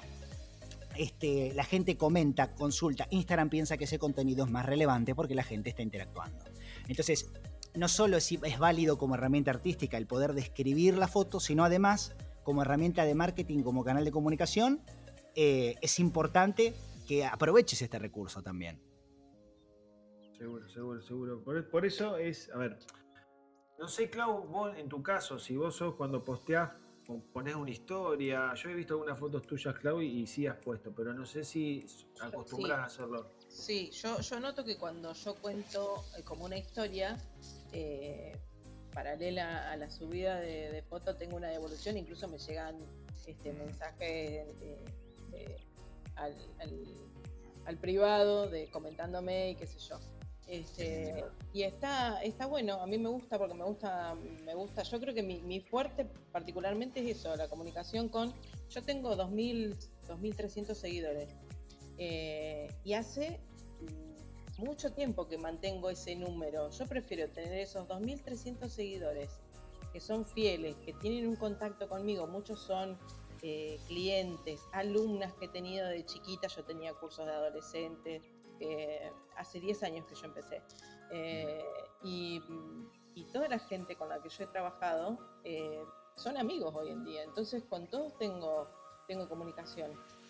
la gente comenta, consulta. Instagram piensa que ese contenido es más relevante porque la gente está interactuando. Entonces, no solo es válido como herramienta artística el poder describir la foto, sino además como herramienta de marketing, como canal de comunicación, es importante que aproveches este recurso también. Seguro. Por eso es, a ver, no sé, Clau, vos en tu caso, si vos sos cuando posteás o ponés una historia, yo he visto algunas fotos tuyas, Clau, y sí has puesto, pero no sé si acostumbras a hacerlo. Sí, yo noto que cuando yo cuento como una historia paralela a la subida de foto, tengo una devolución, incluso me llegan mensajes al privado comentándome y qué sé yo. Y está bueno, a mí me gusta porque me gusta, yo creo que mi fuerte particularmente es eso, la comunicación yo tengo 2.300 seguidores y hace mucho tiempo que mantengo ese número. Yo prefiero tener esos 2.300 seguidores que son fieles, que tienen un contacto conmigo, muchos son clientes, alumnas que he tenido de chiquita, yo tenía cursos de adolescentes, hace 10 años que yo empecé, y toda la gente con la que yo he trabajado son amigos hoy en día, entonces con todos tengo comunicación,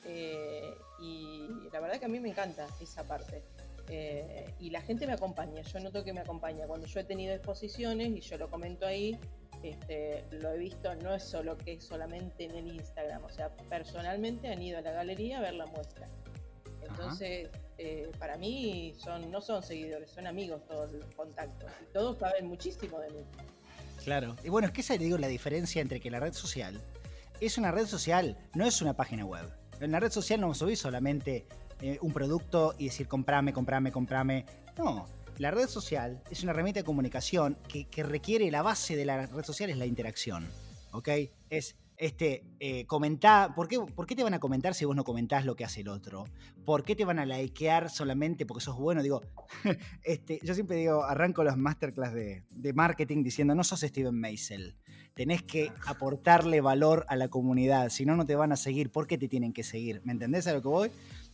y la verdad que a mí me encanta esa parte, y la gente me acompaña, yo noto que me acompaña cuando yo he tenido exposiciones y yo lo comento ahí. Lo he visto, no es solo que es solamente en el Instagram, o sea, personalmente han ido a la galería a ver la muestra. Entonces, para mí no son seguidores, son amigos todos los contactos, y todos saben muchísimo de mí. Claro, y bueno, es que esa le digo la diferencia entre que la red social es una red social, no es una página web. En la red social no subís solamente un producto y decir comprame. No. La red social es una herramienta de comunicación que requiere, la base de la red social es la interacción, ¿ok? Es Comentá, ¿por qué te van a comentar si vos no comentás lo que hace el otro? ¿Por qué te van a likear solamente porque sos bueno? Digo, yo siempre digo, arranco los masterclass de marketing diciendo, no sos Steven Meisel, tenés que aportarle valor a la comunidad, si no, no te van a seguir. ¿Por qué te tienen que seguir? ¿Me entendés a lo que voy?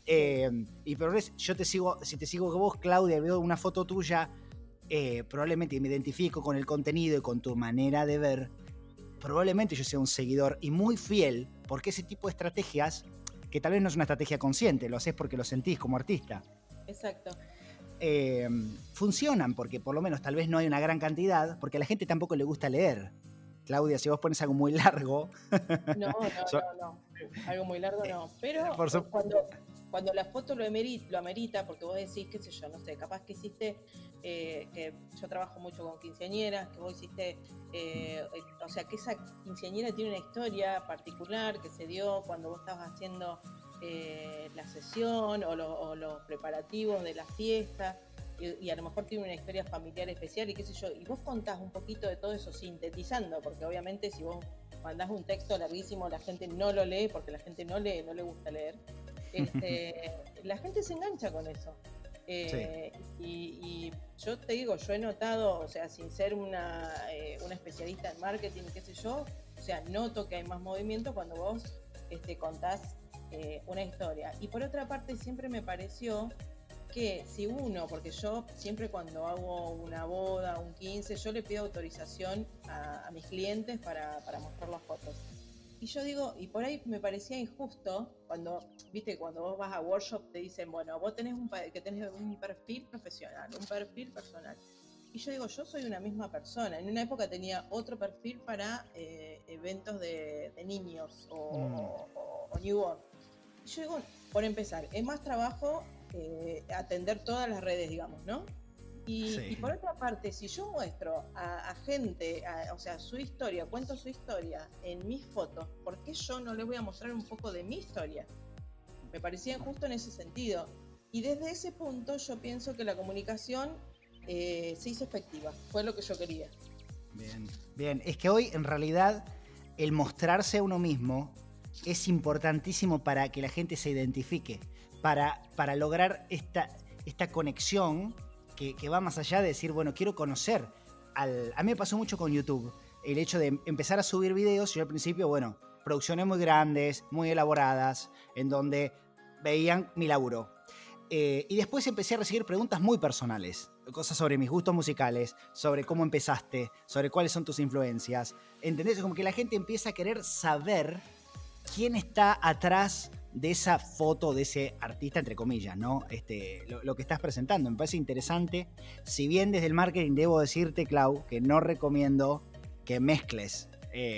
Y pero yo te sigo, si te sigo que vos, Claudia, veo una foto tuya, probablemente me identifico con el contenido y con tu manera de ver, probablemente yo sea un seguidor y muy fiel, porque ese tipo de estrategias, que tal vez no es una estrategia consciente, lo haces porque lo sentís como artista. Exacto. Funcionan, porque por lo menos tal vez no hay una gran cantidad, porque a la gente tampoco le gusta leer. Claudia, si vos pones algo muy largo... No. Algo muy largo no. Pero cuando la foto lo amerita, porque vos decís, qué sé yo, no sé, capaz que hiciste, que yo trabajo mucho con quinceañeras, que vos hiciste, o sea, que esa quinceañera tiene una historia particular que se dio cuando vos estabas haciendo la sesión o los preparativos de la fiesta, y a lo mejor tiene una historia familiar especial y qué sé yo, y vos contás un poquito de todo eso sintetizando, porque obviamente si vos mandás un texto larguísimo la gente no lo lee, porque la gente no le gusta leer. La gente se engancha con eso. Sí. Y yo te digo, yo he notado, o sea, sin ser una especialista en marketing, qué sé yo, o sea, noto que hay más movimiento cuando vos contás una historia. Y por otra parte, siempre me pareció que si uno, porque yo siempre cuando hago una boda, un 15, yo le pido autorización a mis clientes para mostrar las fotos. Y yo digo, y por ahí me parecía injusto cuando vos vas a workshop te dicen, bueno, vos tenés que tenés un perfil profesional, un perfil personal. Y yo digo, yo soy una misma persona. En una época tenía otro perfil para eventos de niños o newborn. Y yo digo, por empezar, es más trabajo atender todas las redes, digamos, ¿no? Y por otra parte, si yo muestro a gente, o sea, su historia, cuento su historia en mis fotos, ¿por qué yo no les voy a mostrar un poco de mi historia? Me parecía injusto en ese sentido. Y desde ese punto yo pienso que la comunicación se hizo efectiva. Fue lo que yo quería. Bien. Es que hoy, en realidad, el mostrarse a uno mismo es importantísimo para que la gente se identifique, para lograr esta conexión que va más allá de decir, bueno, quiero conocer. A mí me pasó mucho con YouTube, el hecho de empezar a subir videos. Yo al principio, bueno, producciones muy grandes, muy elaboradas, en donde veían mi laburo. Y después empecé a recibir preguntas muy personales, cosas sobre mis gustos musicales, sobre cómo empezaste, sobre cuáles son tus influencias. ¿Entendés? Como que la gente empieza a querer saber quién está atrás de esa foto de ese artista, entre comillas, ¿no? Lo que estás presentando. Me parece interesante. Si bien desde el marketing debo decirte, Clau, que no recomiendo que mezcles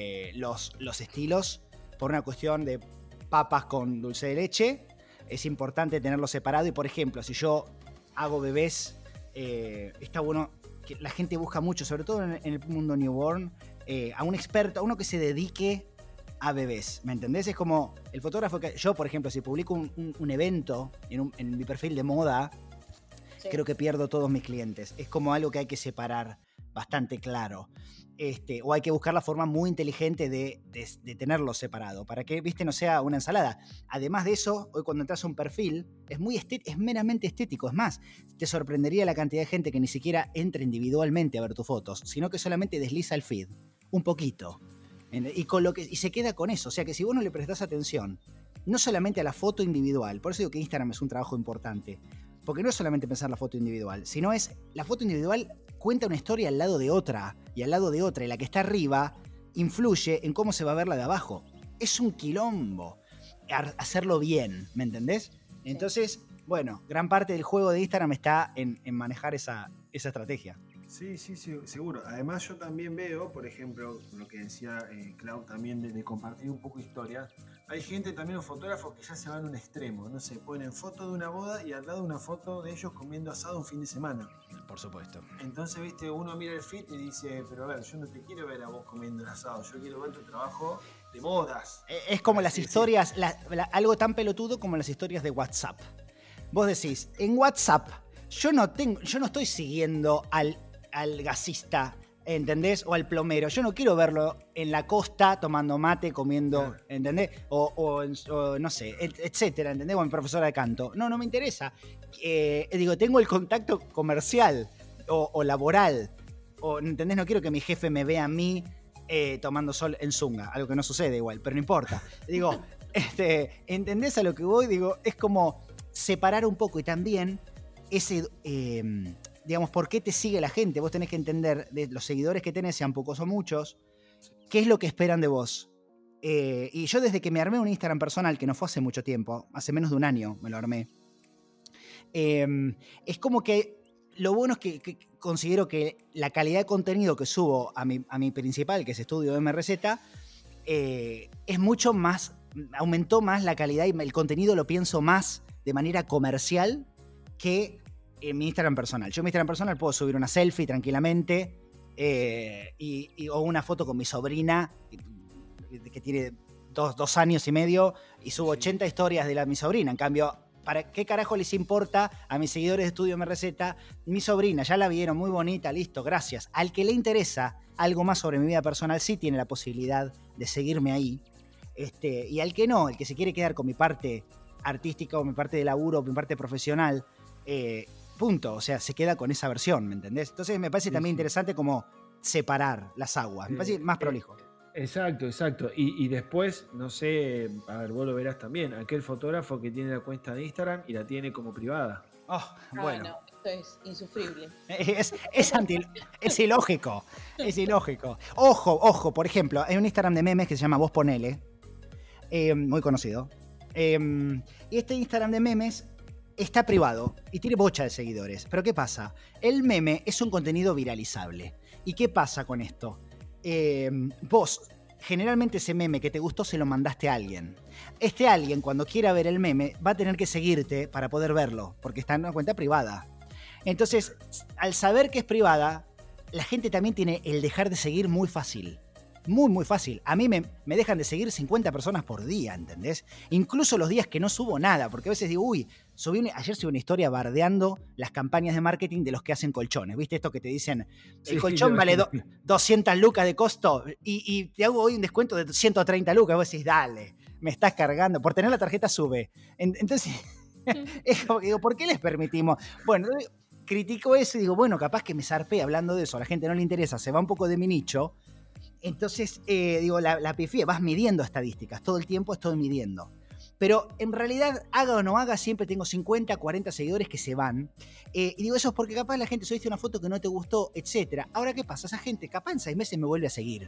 los estilos por una cuestión de papas con dulce de leche. Es importante tenerlo separado. Y, por ejemplo, si yo hago bebés, está bueno que la gente busca mucho, sobre todo en el mundo newborn, a un experto, a uno que se dedique a bebés, ¿me entendés? Es como el fotógrafo que yo, por ejemplo, si publico un evento en mi perfil de moda, sí, creo que pierdo todos mis clientes. Es como algo que hay que separar bastante claro. O hay que buscar la forma muy inteligente de tenerlo separado, para que, no sea una ensalada. Además de eso, hoy cuando entras a un perfil, es meramente estético. Es más, te sorprendería la cantidad de gente que ni siquiera entra individualmente a ver tus fotos, sino que solamente desliza el feed, un poquito. Y se queda con eso. O sea que si vos no le prestás atención, no solamente a la foto individual, por eso digo que Instagram es un trabajo importante, porque no es solamente pensar la foto individual, sino es la foto individual cuenta una historia al lado de otra, y al lado de otra, y la que está arriba influye en cómo se va a ver la de abajo. Es un quilombo hacerlo bien, ¿me entendés? Entonces, bueno, gran parte del juego de Instagram está en manejar esa estrategia. Sí, seguro. Además yo también veo, por ejemplo, lo que decía Clau también de compartir un poco historias. Hay gente también, los fotógrafos, que ya se van a un extremo. No sé, ponen foto de una boda y al lado una foto de ellos comiendo asado un fin de semana. Por supuesto. Entonces, uno mira el feed y dice, pero a ver, yo no te quiero ver a vos comiendo el asado, yo quiero ver tu trabajo de bodas. Es como las historias, algo tan pelotudo como las historias de WhatsApp. Vos decís, en WhatsApp, yo no estoy siguiendo al gasista ¿entendés? O al plomero. Yo no quiero verlo en la costa tomando mate, comiendo, ¿entendés? O no sé, etcétera, ¿entendés? O mi profesora de canto. No me interesa. Digo, tengo el contacto comercial o laboral. O, ¿entendés? No quiero que mi jefe me vea a mí tomando sol en zunga. Algo que no sucede igual, pero no importa. Digo, ¿entendés a lo que voy? Digo, es como separar un poco y también ese... digamos, ¿por qué te sigue la gente? Vos tenés que entender de los seguidores que tenés, sean pocos o muchos, qué es lo que esperan de vos. Y yo desde que me armé un Instagram personal, que no fue hace mucho tiempo, hace menos de un año me lo armé, es como que lo bueno es que considero que la calidad de contenido que subo a mi principal, que es Estudio MRZ, es mucho más, aumentó más la calidad y el contenido lo pienso más de manera comercial que en mi Instagram personal. Yo en mi Instagram personal puedo subir una selfie tranquilamente o una foto con mi sobrina que tiene 2 años y medio y subo 80 historias de mi sobrina. En cambio, ¿para qué carajo les importa a mis seguidores de Estudio MRZ? Mi sobrina, ya la vieron, muy bonita, listo, gracias. Al que le interesa algo más sobre mi vida personal sí tiene la posibilidad de seguirme ahí. Y al que no, el que se quiere quedar con mi parte artística o mi parte de laburo o mi parte profesional, punto, o sea, se queda con esa versión, ¿me entendés? Entonces me parece también interesante como separar las aguas, me parece más prolijo. Exacto. Y después, no sé, a ver, vos lo verás también, aquel fotógrafo que tiene la cuenta de Instagram y la tiene como privada. Bueno. No, esto es insufrible. Es ilógico, es ilógico. Ojo, por ejemplo, hay un Instagram de memes que se llama Vos Ponele, muy conocido. Y este Instagram de memes está privado y tiene bocha de seguidores. Pero ¿qué pasa? El meme es un contenido viralizable. ¿Y qué pasa con esto? Vos, generalmente ese meme que te gustó se lo mandaste a alguien. Este alguien, cuando quiera ver el meme, va a tener que seguirte para poder verlo, porque está en una cuenta privada. Entonces, al saber que es privada, la gente también tiene el dejar de seguir muy fácil. Muy fácil. A mí me dejan de seguir 50 personas por día, ¿entendés? Incluso los días que no subo nada, porque a veces digo, ayer subí una historia bardeando las campañas de marketing de los que hacen colchones. ¿Viste esto que te dicen? El colchón vale 200 lucas de costo y te hago hoy un descuento de 130 lucas. Vos decís, dale, me estás cargando. Por tener la tarjeta sube. Entonces, es como que digo, ¿por qué les permitimos? Bueno, critico eso y digo, bueno, capaz que me zarpé hablando de eso. A la gente no le interesa, se va un poco de mi nicho. Entonces, la pifié, vas midiendo estadísticas, todo el tiempo estoy midiendo. Pero en realidad, haga o no haga, siempre tengo 50, 40 seguidores que se van. Y digo, eso es porque capaz la gente subiste una foto que no te gustó, etc. Ahora, ¿qué pasa? Esa gente capaz en 6 meses me vuelve a seguir.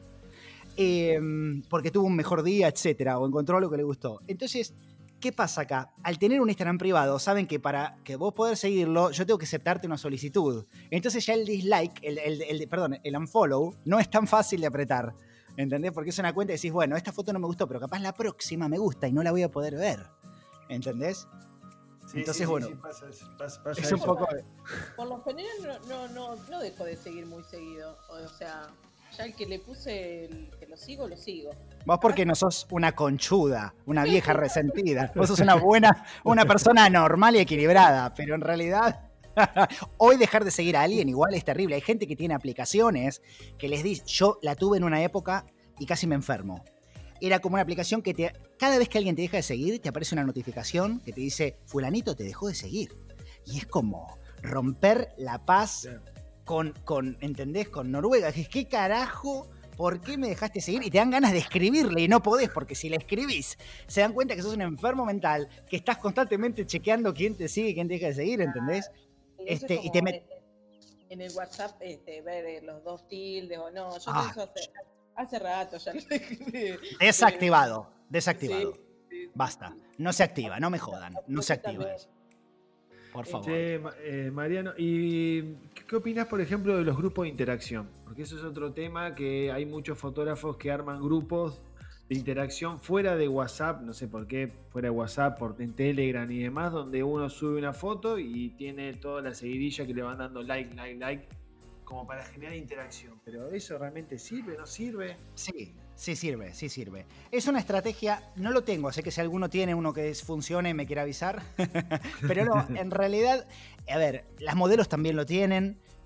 Porque tuvo un mejor día, etc. O encontró algo que le gustó. Entonces, ¿qué pasa acá? Al tener un Instagram privado, saben que para que vos poder seguirlo, yo tengo que aceptarte una solicitud. Entonces ya el dislike, el unfollow, no es tan fácil de apretar. ¿Entendés? Porque es una cuenta y decís, bueno, esta foto no me gustó, pero capaz la próxima me gusta y no la voy a poder ver. ¿Entendés? Sí, entonces, bueno, sí, pasa es eso. un poco... Por lo general no dejo de seguir muy seguido. O sea, ya el que le puse que lo sigo. Vos porque no sos una conchuda, una vieja resentida. Vos sos una persona normal y equilibrada, pero en realidad... Hoy dejar de seguir a alguien igual es terrible. Hay gente que tiene aplicaciones que les dice, yo la tuve en una época y casi me enfermo. Era como una aplicación que cada vez que alguien te deja de seguir, te aparece una notificación que te dice, fulanito te dejó de seguir. Y es como romper la paz ¿entendés? Con Noruega. ¿Qué carajo? ¿Por qué me dejaste seguir? Y te dan ganas de escribirle y no podés, porque si le escribís, se dan cuenta que sos un enfermo mental, que estás constantemente chequeando quién te sigue y quién te deja de seguir, ¿entendés? Y te en el WhatsApp ver los 2 tildes o no. Yo eso hace rato ya lo dejé. Desactivado. Sí. Basta. No se activa, no me jodan. No se activa eso. Por favor. Mariano, ¿y qué opinás, por ejemplo, de los grupos de interacción? Porque eso es otro tema, que hay muchos fotógrafos que arman grupos de interacción fuera de WhatsApp, no sé por qué, fuera de WhatsApp, en Telegram y demás, donde uno sube una foto y tiene toda la seguidilla que le van dando like, como para generar interacción. Pero ¿eso realmente sirve? ¿No sirve? Sí sirve. Es una estrategia, no lo tengo, sé que si alguno tiene uno que funcione me quiere avisar, pero no, en realidad, a ver, las modelos también lo tienen.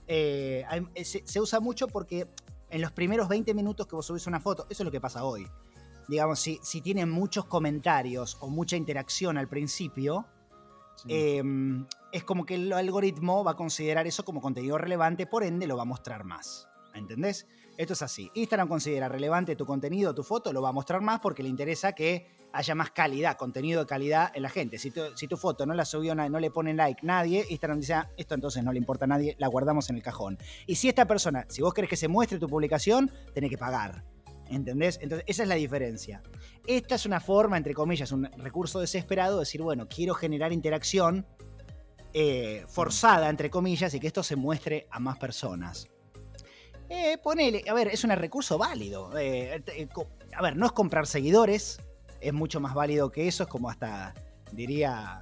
Se usa mucho porque en los primeros 20 minutos que vos subís una foto, eso es lo que pasa hoy. Digamos, si tiene muchos comentarios o mucha interacción al principio, sí, es como que el algoritmo va a considerar eso como contenido relevante, por ende lo va a mostrar más. ¿Entendés? Esto es así. Instagram considera relevante tu contenido, tu foto, lo va a mostrar más porque le interesa que haya más calidad, contenido de calidad en la gente. Si tu foto no la subió, no le pone like nadie, Instagram dice, esto entonces no le importa a nadie, la guardamos en el cajón. Y si esta persona, si vos querés que se muestre tu publicación, tenés que pagar. ¿Entendés? Entonces, esa es la diferencia. Esta es una forma, entre comillas, un recurso desesperado de decir, bueno, quiero generar interacción forzada, entre comillas, y que esto se muestre a más personas. Ponele, a ver, es un recurso válido. A ver, no es comprar seguidores, es mucho más válido que eso, es como hasta, diría,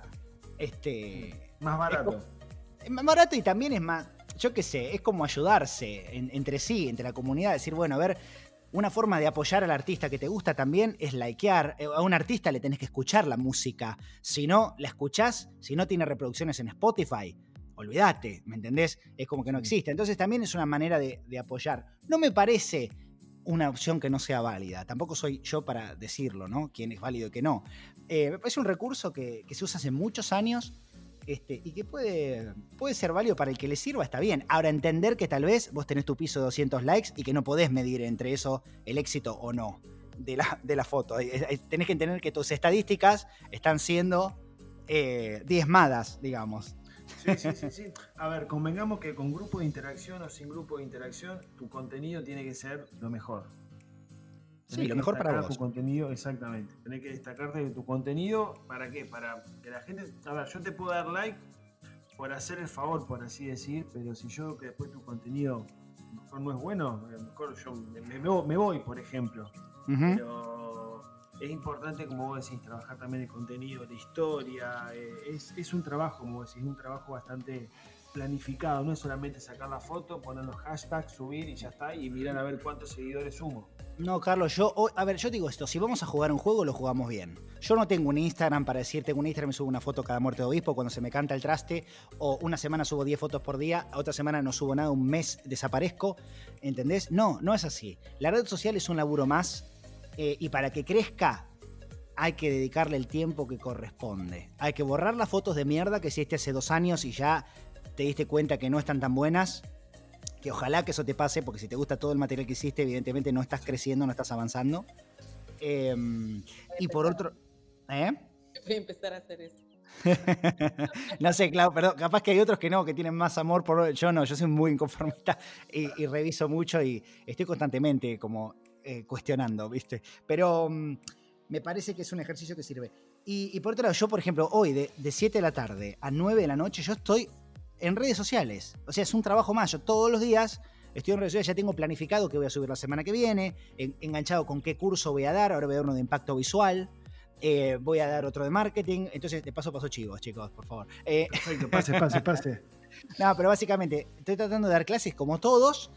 más barato. Es más barato y también es más, yo qué sé, es como ayudarse entre sí, entre la comunidad, decir, bueno, a ver, una forma de apoyar al artista que te gusta también es likear. A un artista le tenés que escuchar la música. Si no la escuchás, si no tiene reproducciones en Spotify, olvídate, ¿me entendés? Es como que no existe. Entonces también es una manera de apoyar. No me parece una opción que no sea válida. Tampoco soy yo para decirlo, ¿no? Quién es válido y qué no. Me parece un recurso que se usa hace muchos años y que puede ser válido para el que le sirva, está bien. Ahora, entender que tal vez vos tenés tu piso de 200 likes y que no podés medir entre eso el éxito o no de la foto. Tenés que entender que tus estadísticas están siendo diezmadas, digamos. Sí. A ver, convengamos que con grupo de interacción o sin grupo de interacción, tu contenido tiene que ser lo mejor. Sí, lo mejor para vos. Tu contenido, exactamente. Tenés que destacarte de tu contenido. ¿Para qué? Para que la gente... A ver, yo te puedo dar like por hacer el favor, por así decir, pero si yo que después tu contenido mejor no es bueno, a lo mejor yo me voy, por ejemplo. Uh-huh. Pero es importante, como vos decís, trabajar también el contenido, la historia. Es un trabajo, como decís, un trabajo bastante planificado. No es solamente sacar la foto, poner los hashtags, subir y ya está, y mirar a ver cuántos seguidores sumo. No, Carlos, yo digo esto, si vamos a jugar un juego, lo jugamos bien. Yo no tengo un Instagram para decir, tengo un Instagram y subo una foto cada muerte de obispo cuando se me canta el traste, o una semana subo 10 fotos por día, otra semana no subo nada, un mes desaparezco, ¿entendés? No es así. La red social es un laburo más, y para que crezca hay que dedicarle el tiempo que corresponde. Hay que borrar las fotos de mierda que hiciste hace 2 años y ya te diste cuenta que no están tan buenas. Que ojalá que eso te pase, porque si te gusta todo el material que hiciste, evidentemente no estás creciendo, no estás avanzando. Y por otro... Voy a empezar a hacer eso. No sé, claro, perdón, capaz que hay otros que no, que tienen más amor por... Yo no, yo soy muy inconformista y reviso mucho y estoy constantemente como cuestionando, ¿viste? Pero me parece que es un ejercicio que sirve. Y por otro lado, yo, por ejemplo, hoy de 7 de la tarde a 9 de la noche, yo estoy en redes sociales. O sea, es un trabajo más. Yo todos los días estoy en redes sociales, ya tengo planificado qué voy a subir la semana que viene, enganchado con qué curso voy a dar. Ahora voy a dar uno de impacto visual, voy a dar otro de marketing. Entonces, de paso chivos, chicos, por favor. Perfecto, pase. No, pero básicamente estoy tratando de dar clases como todos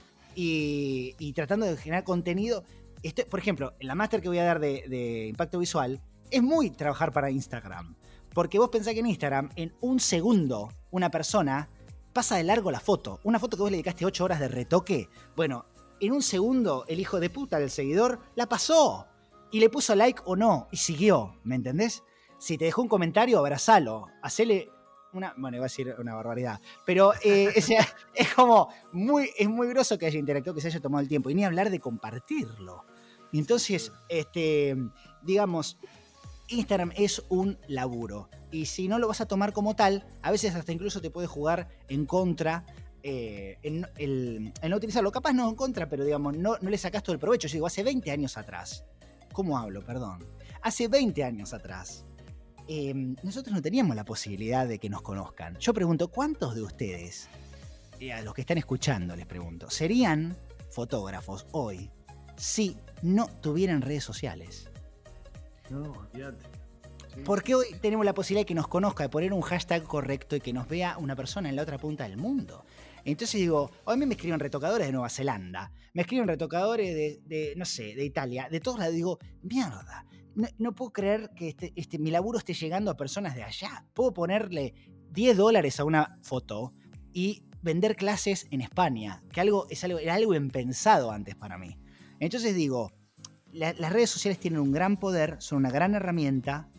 y tratando de generar contenido. Por ejemplo, en la máster que voy a dar de impacto visual es muy trabajar para Instagram. Porque vos pensás que en Instagram, en un segundo, una persona pasa de largo la foto. Una foto que vos le dedicaste 8 horas de retoque. Bueno, en un segundo, el hijo de puta del seguidor la pasó. Y le puso like o no. Y siguió, ¿me entendés? Si te dejó un comentario, abrazalo. Hacele una... Bueno, iba a decir una barbaridad. Pero es como es muy groso que haya interactuado, que se haya tomado el tiempo. Y ni hablar de compartirlo. Y entonces, digamos... Instagram es un laburo y si no lo vas a tomar como tal, a veces hasta incluso te puede jugar en contra en no utilizarlo. Capaz no en contra, pero digamos, no le sacás todo el provecho. Yo digo, hace 20 años atrás, ¿cómo hablo? Perdón. Hace 20 años atrás, nosotros no teníamos la posibilidad de que nos conozcan. Yo pregunto, ¿cuántos de ustedes, a los que están escuchando les pregunto, serían fotógrafos hoy si no tuvieran redes sociales? No, olvídate. Sí. Porque hoy tenemos la posibilidad de que nos conozca, de poner un hashtag correcto y que nos vea una persona en la otra punta del mundo. Entonces digo, hoy me escriben retocadores de Nueva Zelanda, me escriben retocadores de no sé, de Italia, de todos lados. Digo, mierda, no puedo creer que mi laburo esté llegando a personas de allá. Puedo ponerle $10 a una foto y vender clases en España, que era algo impensado antes para mí. Entonces digo, las redes sociales tienen un gran poder, son una gran herramienta,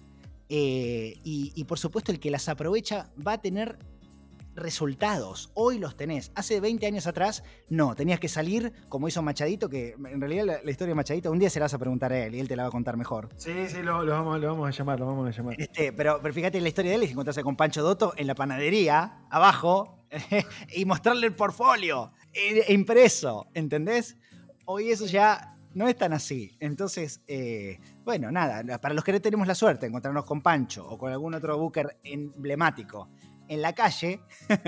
y por supuesto el que las aprovecha va a tener resultados. Hoy los tenés. Hace 20 años atrás, no. Tenías que salir como hizo Machadito, que en realidad la historia de Machadito, un día se la vas a preguntar a él y él te la va a contar mejor. Sí, lo vamos a llamar. Pero fíjate, la historia de él es encontrarse con Pancho Dotto en la panadería, abajo, y mostrarle el portfolio impreso, ¿entendés? Hoy eso ya no es tan así. Entonces, bueno, nada, para los que no tenemos la suerte de encontrarnos con Pancho o con algún otro booker emblemático en la calle,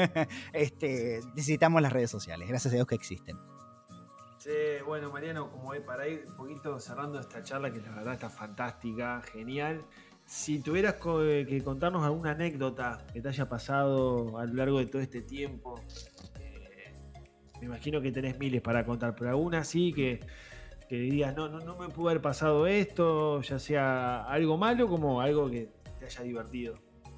necesitamos las redes sociales. Gracias a Dios que existen. Sí, bueno, Mariano, como para ir un poquito cerrando esta charla, que la verdad está fantástica, genial. Si tuvieras que contarnos alguna anécdota que te haya pasado a lo largo de todo este tiempo, me imagino que tenés miles para contar, pero alguna sí que digas, no me pudo haber pasado esto, ya sea algo malo como algo que te haya divertido.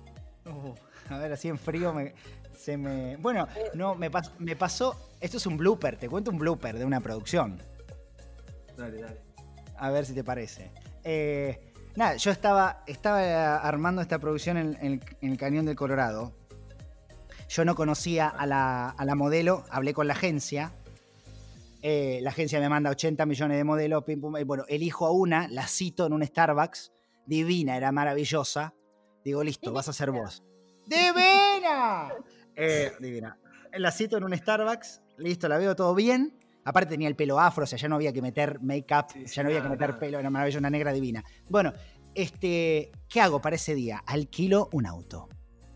A ver, así en frío Bueno, no, me pasó. Esto es un blooper, te cuento un blooper de una producción. Dale. A ver si te parece. Nada, yo estaba armando esta producción en el Cañón del Colorado. Yo no conocía a la modelo, hablé con la agencia. La agencia me manda 80 millones de modelos, pim, pum, y bueno, elijo a una, la cito en un Starbucks. Divina, era maravillosa. Digo, listo, vas a ser vos. ¡Divina! Divina. La cito en un Starbucks, listo, la veo todo bien. Aparte tenía el pelo afro, o sea, ya no había que meter make-up, ya no había que meter pelo, era maravillosa, una negra divina. Bueno, ¿qué hago para ese día? Alquilo un auto.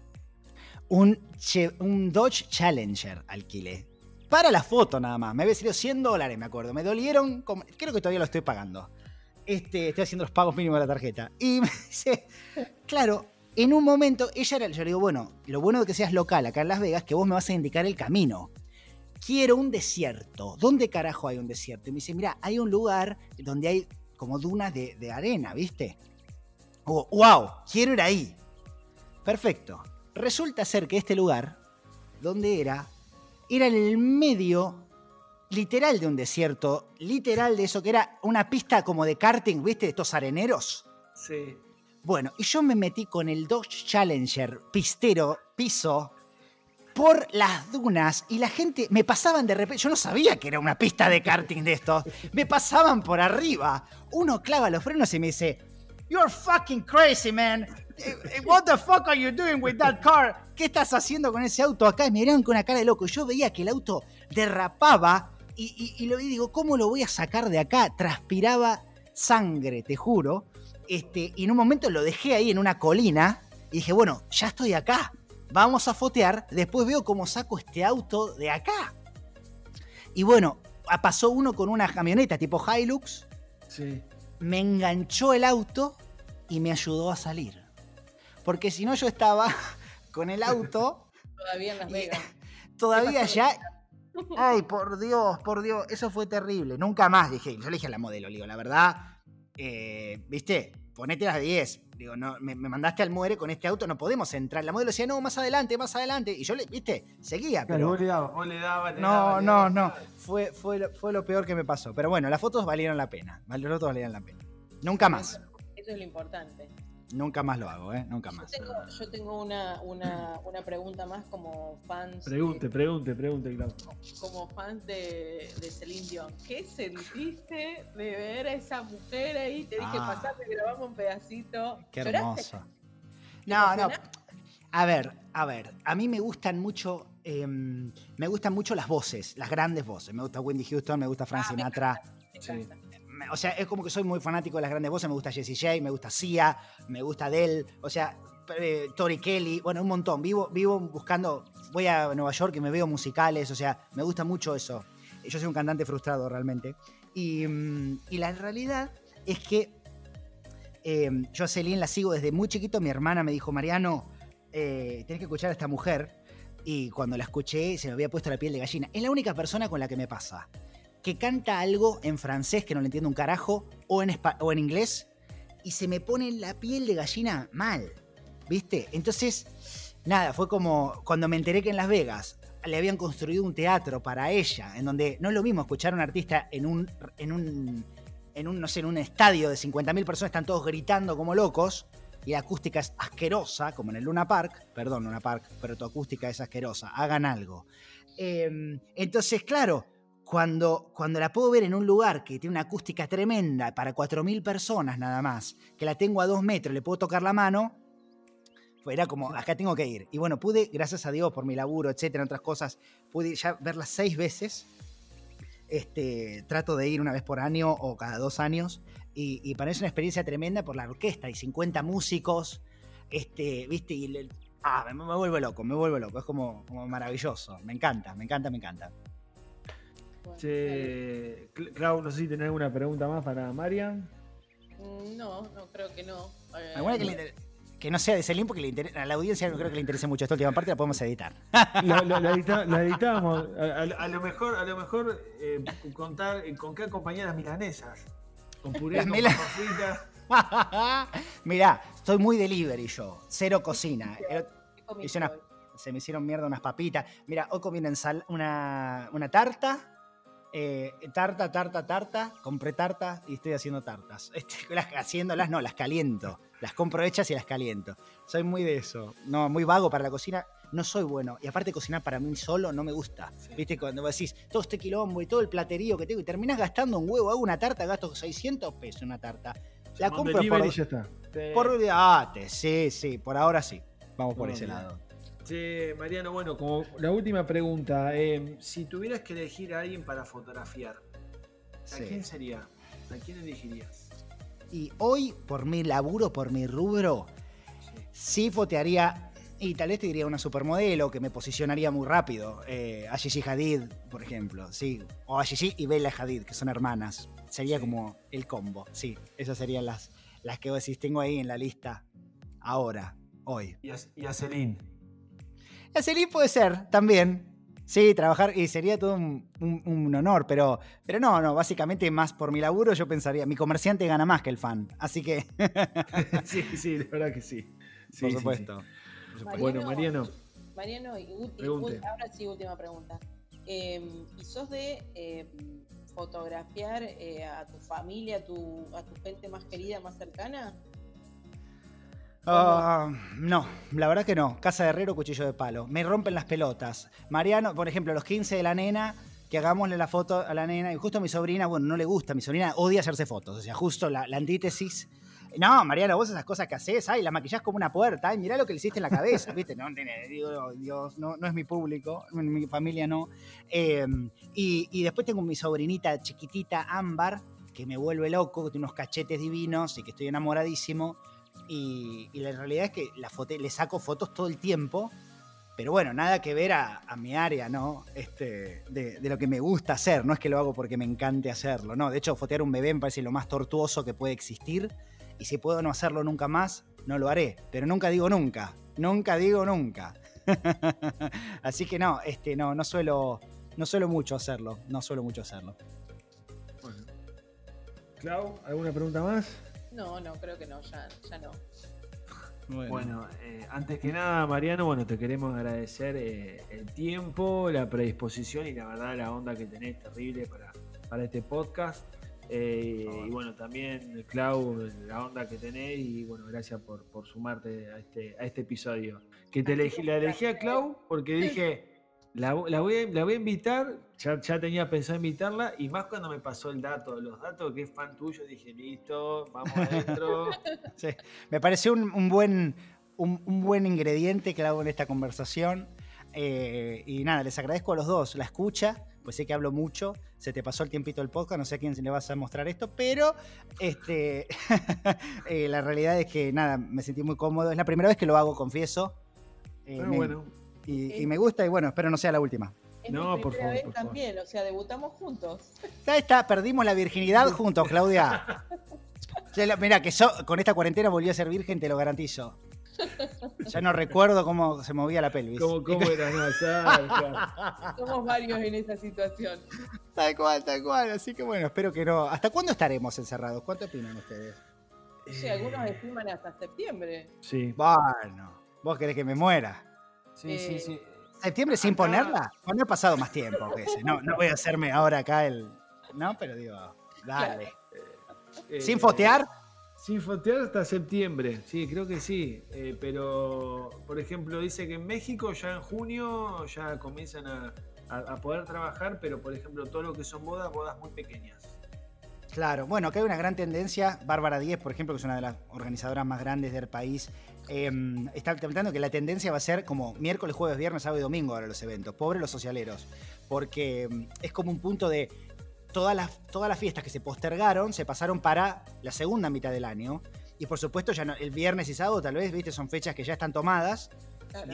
Un Dodge Challenger alquilé. Para la foto nada más. Me había salido $100, me acuerdo. Me dolieron, creo que todavía lo estoy pagando. Estoy haciendo los pagos mínimos de la tarjeta. Y me dice, claro, en un momento, yo le digo, bueno, lo bueno de que seas local acá en Las Vegas, que vos me vas a indicar el camino. Quiero un desierto. ¿Dónde carajo hay un desierto? Y me dice, mira, hay un lugar donde hay como dunas de arena, ¿viste? Oh, wow, quiero ir ahí. Perfecto. Resulta ser que este lugar, ¿dónde era en el medio, literal, de un desierto, literal de eso, que era una pista como de karting, ¿viste? Estos areneros. Sí. Bueno, y yo me metí con el Dodge Challenger piso, por las dunas, y la gente me pasaban de repente, yo no sabía que era una pista de karting de estos, me pasaban por arriba. Uno clava los frenos y me dice, "You're fucking crazy, man. What the fuck are you doing with that car? ¿Qué estás haciendo con ese auto acá?" Y me miraron con una cara de loco. Yo veía que el auto derrapaba y lo vi, digo, ¿cómo lo voy a sacar de acá? Transpiraba sangre, te juro. Y en un momento lo dejé ahí en una colina y dije, bueno, ya estoy acá. Vamos a fotear, después veo cómo saco este auto de acá. Y bueno, pasó uno con una camioneta tipo Hilux. Sí. Me enganchó el auto y me ayudó a salir. Porque si no yo estaba con el auto... Todavía en Las Vegas. Todavía ya... Ay, por Dios, eso fue terrible. Nunca más, yo le dije a la modelo, digo, la verdad, viste, ponete las 10. Digo, no, me mandaste al muere con este auto, no podemos entrar. La modelo decía, no, más adelante. Y yo, viste, seguía. Pero vos le dabas. No. Fue lo peor que me pasó. Pero bueno, las fotos valieron la pena. Nunca más. Eso es lo importante. Nunca más lo hago, nunca más. Yo tengo una pregunta más como fans. Pregunte, Clau. Como fans de Celine Dion. ¿Qué sentiste de ver a esa mujer ahí? Te dije, pasá, te grabamos un pedacito. Qué hermoso. No. A ver. A mí me gustan mucho las voces, las grandes voces. Me gusta Whitney Houston, me gusta Frank Sinatra. Me encanta. O sea, es como que soy muy fanático de las grandes voces. Me gusta Jessie J, me gusta Sia, me gusta Adele, o sea, Tori Kelly, bueno, un montón. Vivo buscando, voy a Nueva York y me veo musicales, o sea, me gusta mucho eso. Yo soy un cantante frustrado realmente. Y la realidad es que yo a Celine la sigo desde muy chiquito. Mi hermana me dijo, Mariano, tenés que escuchar a esta mujer. Y cuando la escuché se me había puesto la piel de gallina. Es la única persona con la que me pasa. Que canta algo en francés que no le entiendo un carajo, o en inglés, y se me pone la piel de gallina mal, ¿viste? Entonces, nada, fue como cuando me enteré que en Las Vegas le habían construido un teatro para ella, en donde no es lo mismo escuchar a un artista en un no sé, en un estadio de 50.000 personas, están todos gritando como locos, y la acústica es asquerosa, como en el Luna Park. Perdón, Luna Park, pero tu acústica es asquerosa. Hagan algo. Entonces, claro, cuando la puedo ver en un lugar que tiene una acústica tremenda para 4.000 personas nada más, que la tengo a 2 metros, le puedo tocar la mano, era como, acá tengo que ir. Y bueno, pude, gracias a Dios, por mi laburo, etcétera, otras cosas, pude ya verla 6 veces. Trato de ir una vez por año o cada 2 años. Y para mí es una experiencia tremenda por la orquesta y 50 músicos. ¿Viste? Y me vuelvo loco. Es como maravilloso. Me encanta. Che, Clau, no sé si tenés alguna pregunta más para Marian. No, creo que no. ¿Alguna que no sea de Celine, porque a la audiencia no creo que le interese mucho esta última parte, la podemos editar? La editamos. A lo mejor contar con qué acompañar las milanesas. Con puré, con papas fritas. Mirá, estoy muy delivery yo. Cero cocina. ¿Qué Se me hicieron mierda unas papitas. Mira, hoy comí una tarta. Tarta. Compré tarta y estoy haciendo tartas. Haciéndolas, no, las caliento. Las compro hechas y las caliento. Soy muy de eso. No, muy vago para la cocina. No soy bueno. Y aparte cocinar para mí solo no me gusta. Sí. ¿Viste? Cuando vos decís todo este quilombo y todo el platerío que tengo y terminás gastando un huevo. Hago una tarta, gasto 600 pesos una tarta. La compro y ya está. Sí, por ahora sí. Vamos por ese lado. Che, Mariano, bueno, como la última pregunta, si tuvieras que elegir a alguien para fotografiar, ¿a quién sería? ¿A quién elegirías? Y hoy, por mi laburo, por mi rubro, sí fotearía, y tal vez te diría una supermodelo que me posicionaría muy rápido. A Gigi Hadid, por ejemplo, sí. O a Gigi y Bella Hadid, que son hermanas. Sería como el combo, sí. Esas serían las que vos decís, tengo ahí en la lista ahora, hoy. ¿Y a Celine? A Celine puede ser, también. Sí, trabajar, y sería todo un honor, pero no, básicamente más por mi laburo yo pensaría, mi comerciante gana más que el fan, así que... sí, la verdad que sí. Por supuesto. Mariano, Mariano, ahora sí, última pregunta. ¿Y sos de fotografiar a tu familia, a tu gente más querida, más cercana? No, la verdad que no. Casa de herrero, cuchillo de palo. Me rompen las pelotas. Mariano, por ejemplo, los 15 de la nena, que hagámosle la foto a la nena, y justo a mi sobrina, bueno, no le gusta, mi sobrina odia hacerse fotos, o sea, justo la antítesis. No, Mariano, vos esas cosas que haces, la maquillás como una puerta, mirá lo que le hiciste en la cabeza, ¿viste? No, digo, Dios, no es mi público, mi familia no. Y después tengo mi sobrinita chiquitita, Ámbar, que me vuelve loco, que tiene unos cachetes divinos y que estoy enamoradísimo. Y la realidad es que le saco fotos todo el tiempo, pero bueno, nada que ver a mi área, ¿no? De lo que me gusta hacer, no es que lo hago porque me encante hacerlo, no. De hecho, fotear un bebé me parece lo más tortuoso que puede existir, y si puedo no hacerlo nunca más, no lo haré, pero nunca digo nunca. Así que no, no suelo mucho hacerlo, Bueno. Clau, ¿alguna pregunta más? No, creo que no, ya no. Bueno, antes que nada, Mariano, bueno, te queremos agradecer el tiempo, la predisposición y la verdad la onda que tenés terrible para este podcast. Y bueno, también, Clau, la onda que tenés y bueno, gracias por sumarte a este episodio. Que la elegí a Clau porque dije, la voy a invitar, ya tenía pensado invitarla, y más cuando me pasó los datos que es fan tuyo, dije, listo, vamos adentro. Sí, me pareció un buen ingrediente que hago en esta conversación. Y nada, les agradezco a los dos la escucha, pues sé que hablo mucho, se te pasó el tiempito del podcast, no sé a quién le vas a mostrar esto, pero la realidad es que nada, me sentí muy cómodo, es la primera vez que lo hago, confieso. Bueno. Y me gusta, y bueno, espero no sea la última. No, por favor. También, o sea, debutamos juntos. Ya está, perdimos la virginidad juntos, Claudia. Mira, que con esta cuarentena volví a ser virgen, te lo garantizo. Ya no recuerdo cómo se movía la pelvis. ¿Cómo era? No, ya. Somos varios en esa situación. Tal cual. Así que bueno, espero que no. ¿Hasta cuándo estaremos encerrados? ¿Cuánto opinan ustedes? Sí, algunos estiman hasta septiembre. Sí. Bueno, ¿vos querés que me muera? Sí. ¿Septiembre sin ponerla? Bueno, ha pasado más tiempo que ese. No voy a hacerme ahora acá el... No, pero digo, dale. ¿Sin fotear? Sin fotear hasta septiembre, sí, creo que sí. Pero, por ejemplo, dice que en México ya en junio ya comienzan a poder trabajar, pero, por ejemplo, todo lo que son bodas muy pequeñas. Claro, bueno, acá hay una gran tendencia. Bárbara Díez, por ejemplo, que es una de las organizadoras más grandes del país, está comentando que la tendencia va a ser como miércoles, jueves, viernes, sábado y domingo ahora los eventos. Pobres los socialeros. Porque es como un punto de todas las fiestas que se postergaron se pasaron para la segunda mitad del año. Y por supuesto, ya no, el viernes y sábado tal vez, viste, son fechas que ya están tomadas. Claro.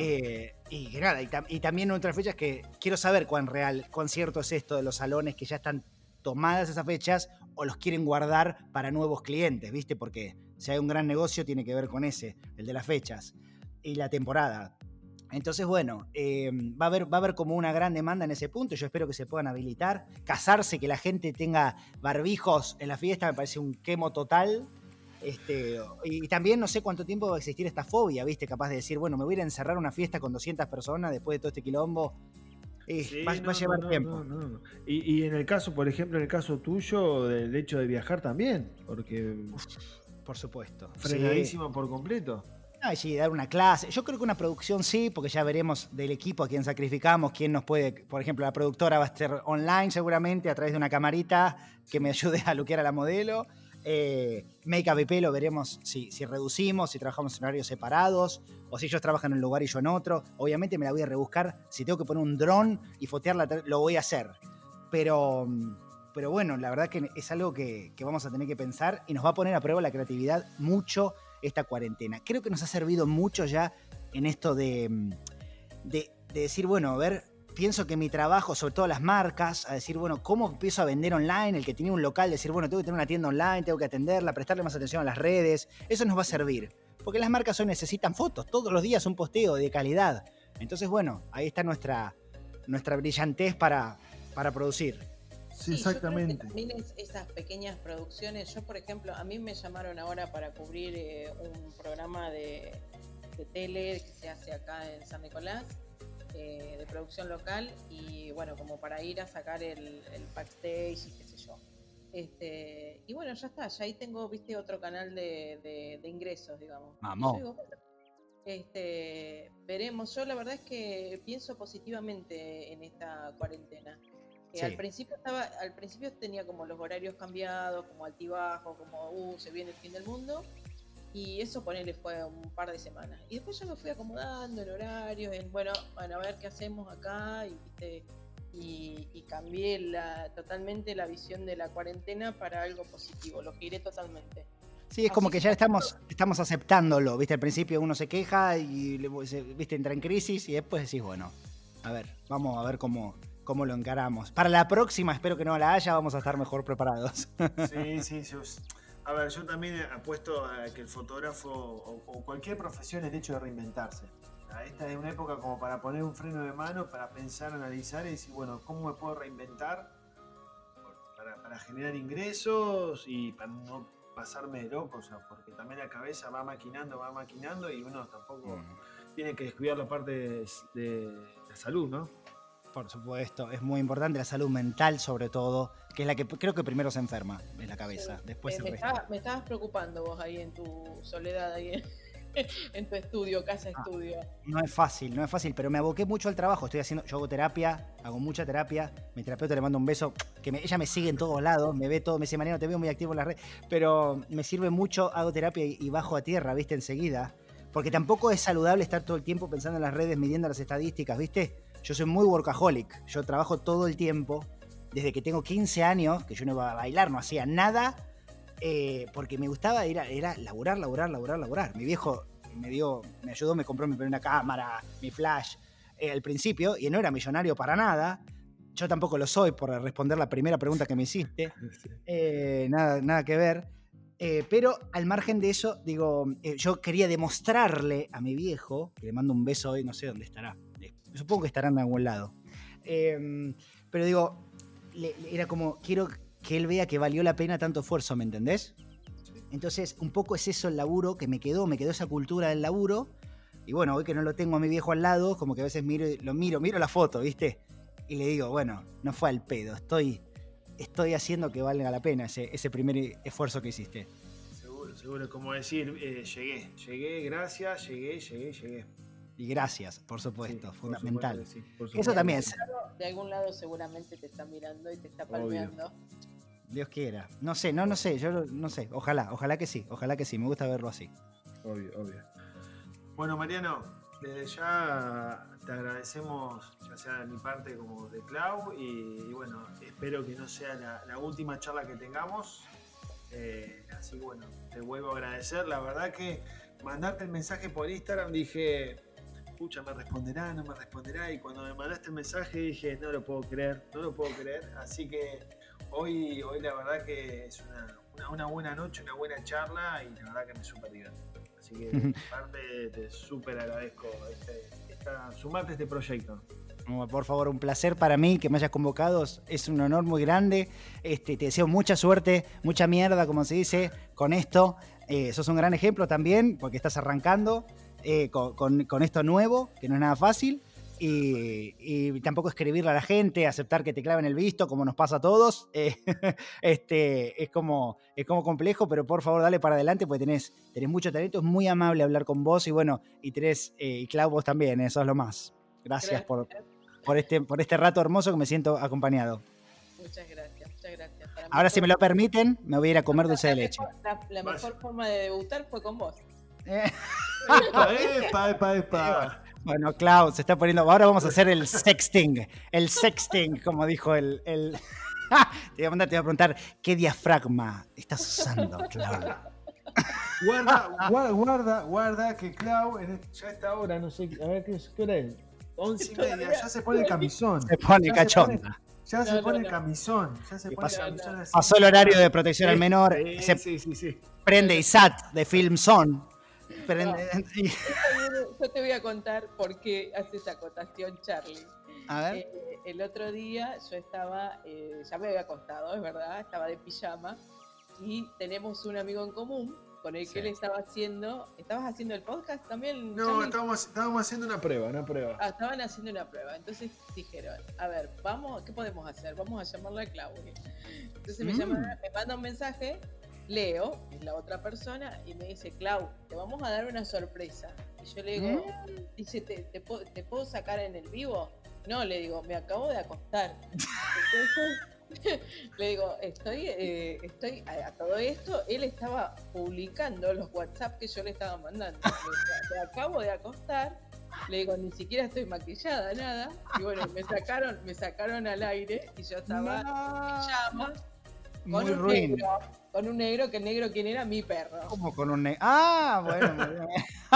Y también otras fechas que quiero saber cuán cierto es esto de los salones que ya están tomadas esas fechas o los quieren guardar para nuevos clientes, ¿viste? Porque si hay un gran negocio tiene que ver con ese, el de las fechas y la temporada. Entonces, bueno, va a haber como una gran demanda en ese punto. Yo espero que se puedan habilitar. Casarse, que la gente tenga barbijos en la fiesta, me parece un quemo total. Y también no sé cuánto tiempo va a existir esta fobia, ¿viste? Capaz de decir, bueno, me voy a ir a encerrar una fiesta con 200 personas después de todo este quilombo. Sí, va a llevar tiempo. No. Y en el caso, por ejemplo, en el caso tuyo, del hecho de viajar también, porque... Por supuesto. Frenadísimo por completo. Sí, dar una clase. Yo creo que una producción sí, porque ya veremos del equipo a quién sacrificamos, quién nos puede... Por ejemplo, la productora va a estar online seguramente a través de una camarita que me ayude a lookear a la modelo. Make-up y pelo veremos si reducimos, si trabajamos en horarios separados o si ellos trabajan en un lugar y yo en otro. Obviamente me la voy a rebuscar. Si tengo que poner un dron y fotearla, lo voy a hacer. Pero bueno, la verdad que es algo que vamos a tener que pensar y nos va a poner a prueba la creatividad mucho esta cuarentena. Creo que nos ha servido mucho ya en esto de decir, bueno, a ver, pienso que mi trabajo, sobre todo las marcas, a decir, bueno, ¿cómo empiezo a vender online? El que tiene un local, decir, bueno, tengo que tener una tienda online, tengo que atenderla, prestarle más atención a las redes. Eso nos va a servir. Porque las marcas hoy necesitan fotos. Todos los días un posteo de calidad. Entonces, bueno, ahí está nuestra brillantez para producir. Sí, exactamente. Yo creo que también esas pequeñas producciones. Yo, por ejemplo, a mí me llamaron ahora para cubrir un programa de tele que se hace acá en San Nicolás. De producción local y bueno, como para ir a sacar el backstage y qué sé yo. Y bueno, ya está, ya ahí tengo, viste, otro canal de ingresos, digamos. Vamos. Digo, veremos. Yo la verdad es que pienso positivamente en esta cuarentena. Sí. Al principio tenía como los horarios cambiados, como altibajos, como se viene el fin del mundo. Y eso fue un par de semanas. Y después yo me fui acomodando el horario, bueno, a ver qué hacemos acá. Y cambié totalmente la visión de la cuarentena para algo positivo. Lo giré totalmente. Sí, es como que ya estamos aceptándolo. Viste, al principio uno se queja y viste, entra en crisis y después decís, bueno, a ver, vamos a ver cómo lo encaramos. Para la próxima, espero que no la haya, vamos a estar mejor preparados. Sí. A ver, yo también apuesto a que el fotógrafo o cualquier profesión, el hecho de reinventarse. Esta es una época como para poner un freno de mano, para pensar, analizar y decir, bueno, ¿cómo me puedo reinventar? Para generar ingresos y para no pasarme de loco, o sea, porque también la cabeza va maquinando y uno tampoco tiene que descuidar la parte de la salud, ¿no? Por supuesto, es muy importante la salud mental sobre todo, que es la que creo que primero se enferma, en la cabeza, sí. Después me estabas preocupando vos ahí en tu soledad, ahí en tu estudio, casa-estudio. No es fácil, pero me aboqué mucho al trabajo. Yo hago terapia, hago mucha terapia. Mi terapeuta le mando un beso, ella me sigue en todos lados, me ve todo, me dice, Mariano, te veo muy activo en las redes, pero me sirve mucho, hago terapia y bajo a tierra, ¿viste? Enseguida. Porque tampoco es saludable estar todo el tiempo pensando en las redes, midiendo las estadísticas, ¿viste? Yo soy muy workaholic, yo trabajo todo el tiempo, desde que tengo 15 años, que yo no iba a bailar, no hacía nada, porque me gustaba, era laburar. Mi viejo me ayudó, me compró mi primera cámara, mi flash, al principio, y no era millonario para nada. Yo tampoco lo soy, por responder la primera pregunta que me hiciste. Nada que ver. Pero al margen de eso, digo, yo quería demostrarle a mi viejo, que le mando un beso hoy, no sé dónde estará. Supongo que estará en algún lado. Pero digo, era como, quiero que él vea que valió la pena tanto esfuerzo, ¿me entendés? Entonces, un poco es eso el laburo que me quedó esa cultura del laburo, Y bueno, hoy que no lo tengo a mi viejo al lado, como que a veces miro la foto, ¿viste? Y le digo, bueno, no fue al pedo, estoy haciendo que valga la pena ese primer esfuerzo que hiciste. Seguro, como decir, llegué, gracias, llegué. Y gracias, por supuesto, Sí, fundamental. por supuesto, sí, Eso también es. De algún lado seguramente te está mirando y te está palmeando. Dios quiera. No sé, yo no sé. Ojalá que sí, me gusta verlo así. Obvio. Bueno, Mariano, desde ya te agradecemos, ya sea de mi parte como de Clau, y bueno, espero que no sea la última charla que tengamos. Así que bueno, te vuelvo a agradecer. La verdad que mandarte el mensaje por Instagram dije, pucha, ¿me responderá? ¿No me responderá? Y cuando me mandaste el mensaje dije, no lo puedo creer. Así que hoy la verdad que es una buena noche, una buena charla, y la verdad que me súper divierte. Así que de mi parte te súper agradezco sumarte a este proyecto. Por favor, un placer para mí que me hayas convocado, es un honor muy grande. Te deseo mucha suerte, mucha mierda, como se dice, con esto. Sos un gran ejemplo también, porque estás arrancando con esto nuevo, que no es nada fácil. Y tampoco escribirle a la gente, aceptar que te claven el visto, como nos pasa a todos. Es como complejo, pero por favor dale para adelante, porque tenés mucho talento, es muy amable hablar con vos, y bueno, y Clau, vos también, eso es lo más. Gracias por este rato hermoso que me siento acompañado. Muchas gracias. Ahora, si me lo permiten, me voy a ir a comer dulce de leche. La mejor forma de debutar fue con vos. Epa. Bueno, Clau, se está poniendo... Ahora vamos a hacer el sexting, como dijo el... Te voy a preguntar, ¿qué diafragma estás usando, Clau? Guarda que Clau, ya a esta hora, no sé, a ver qué hora es. 11:30, ya se pone camisón. Se pone cachonda. Ya se pone camisón. Pasó el horario de protección al menor. Sí. Prende ISAT de Film Zone. Yo te voy a contar por qué hace esa acotación, Charlie. A ver. El otro día yo estaba, ya me había acostado, es verdad, estaba de pijama, y tenemos un amigo en común con el que él estaba haciendo... ¿Estabas haciendo el podcast también? No, estábamos haciendo una prueba. Estaban haciendo una prueba. Entonces dijeron, a ver, ¿qué podemos hacer? Vamos a llamarla a Claudia. Entonces me manda un mensaje, Leo, es la otra persona, y me dice, Clau, te vamos a dar una sorpresa. Y yo le digo, dice, ¿te puedo sacar en el vivo? No, le digo, me acabo de acostar. Entonces... Le digo, estoy a todo esto, él estaba publicando los WhatsApp que yo le estaba mandando. Me acabo de acostar, le digo, ni siquiera estoy maquillada, nada. Y bueno, me sacaron al aire y yo estaba en pijama con un negro, que el negro, ¿quién era? Mi perro. ¿Cómo con un negro? Ah, bueno.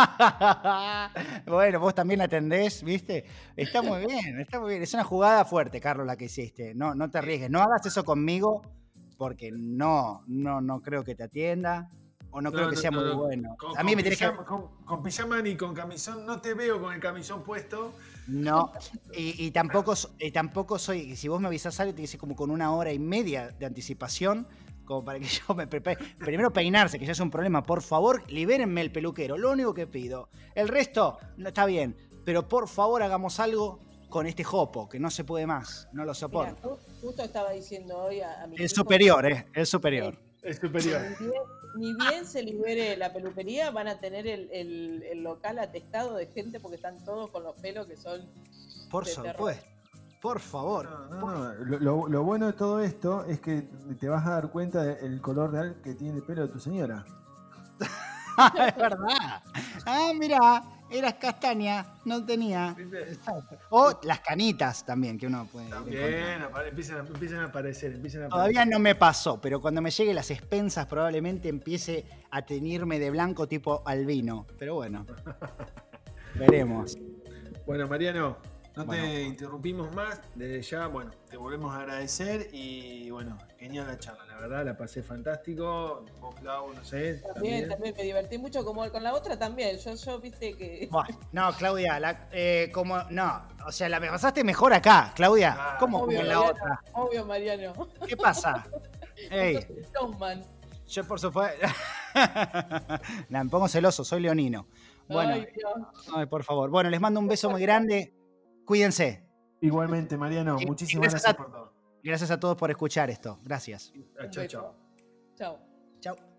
Bueno, vos también atendés, ¿viste? Está muy bien. Es una jugada fuerte, Carlos, la que hiciste. No te arriesgues. No hagas eso conmigo, porque no creo que te atienda, o no creo que sea muy bueno. A mí me tienes que... Con pijama ni con camisón, no te veo con el camisón puesto. No, y tampoco soy... Si vos me avisás algo, te dice como con 1 hora y media de anticipación, como para que yo me prepare. Primero peinarse, que ya es un problema. Por favor, libérenme el peluquero, lo único que pido. El resto no está bien, pero por favor hagamos algo con este jopo, que no se puede más, no lo soporto. Mira, justo estaba diciendo hoy a mi el superior. Es superior. Ni bien se libere la peluquería, van a tener el local atestado de gente, porque están todos con los pelos que son... Por supuesto. Por favor. No. Lo bueno de todo esto es que te vas a dar cuenta del color real que tiene el pelo de tu señora. Es verdad. Ah, mira, eras castaña, no tenía. O las canitas también, que uno puede. También empiezan a aparecer. Todavía no me pasó, pero cuando me llegue las expensas probablemente empiece a teñirme de blanco tipo albino. Pero bueno, veremos. Bueno, Mariano, te interrumpimos más. Desde ya, bueno, te volvemos a agradecer y bueno, genial la charla. La verdad, la pasé fantástico. Vos, Clau, no sé. También me divertí mucho, como con la otra también. Yo viste que... Bueno, no, Claudia, o sea, la pasaste mejor acá, Claudia. ¿Cómo obvio, con la Mariano, otra? Obvio, Mariano. ¿Qué pasa? Ey. Showman. Yo, por supuesto... Me pongo celoso, soy leonino. Bueno, Ay, Dios. ay, por favor. Bueno, les mando un beso muy grande. Cuídense. Igualmente, Mariano, Y muchísimas gracias gracias a- por todo. Gracias a todos por escuchar esto. Gracias. Un Chao, beso. chao. Chao. Chao.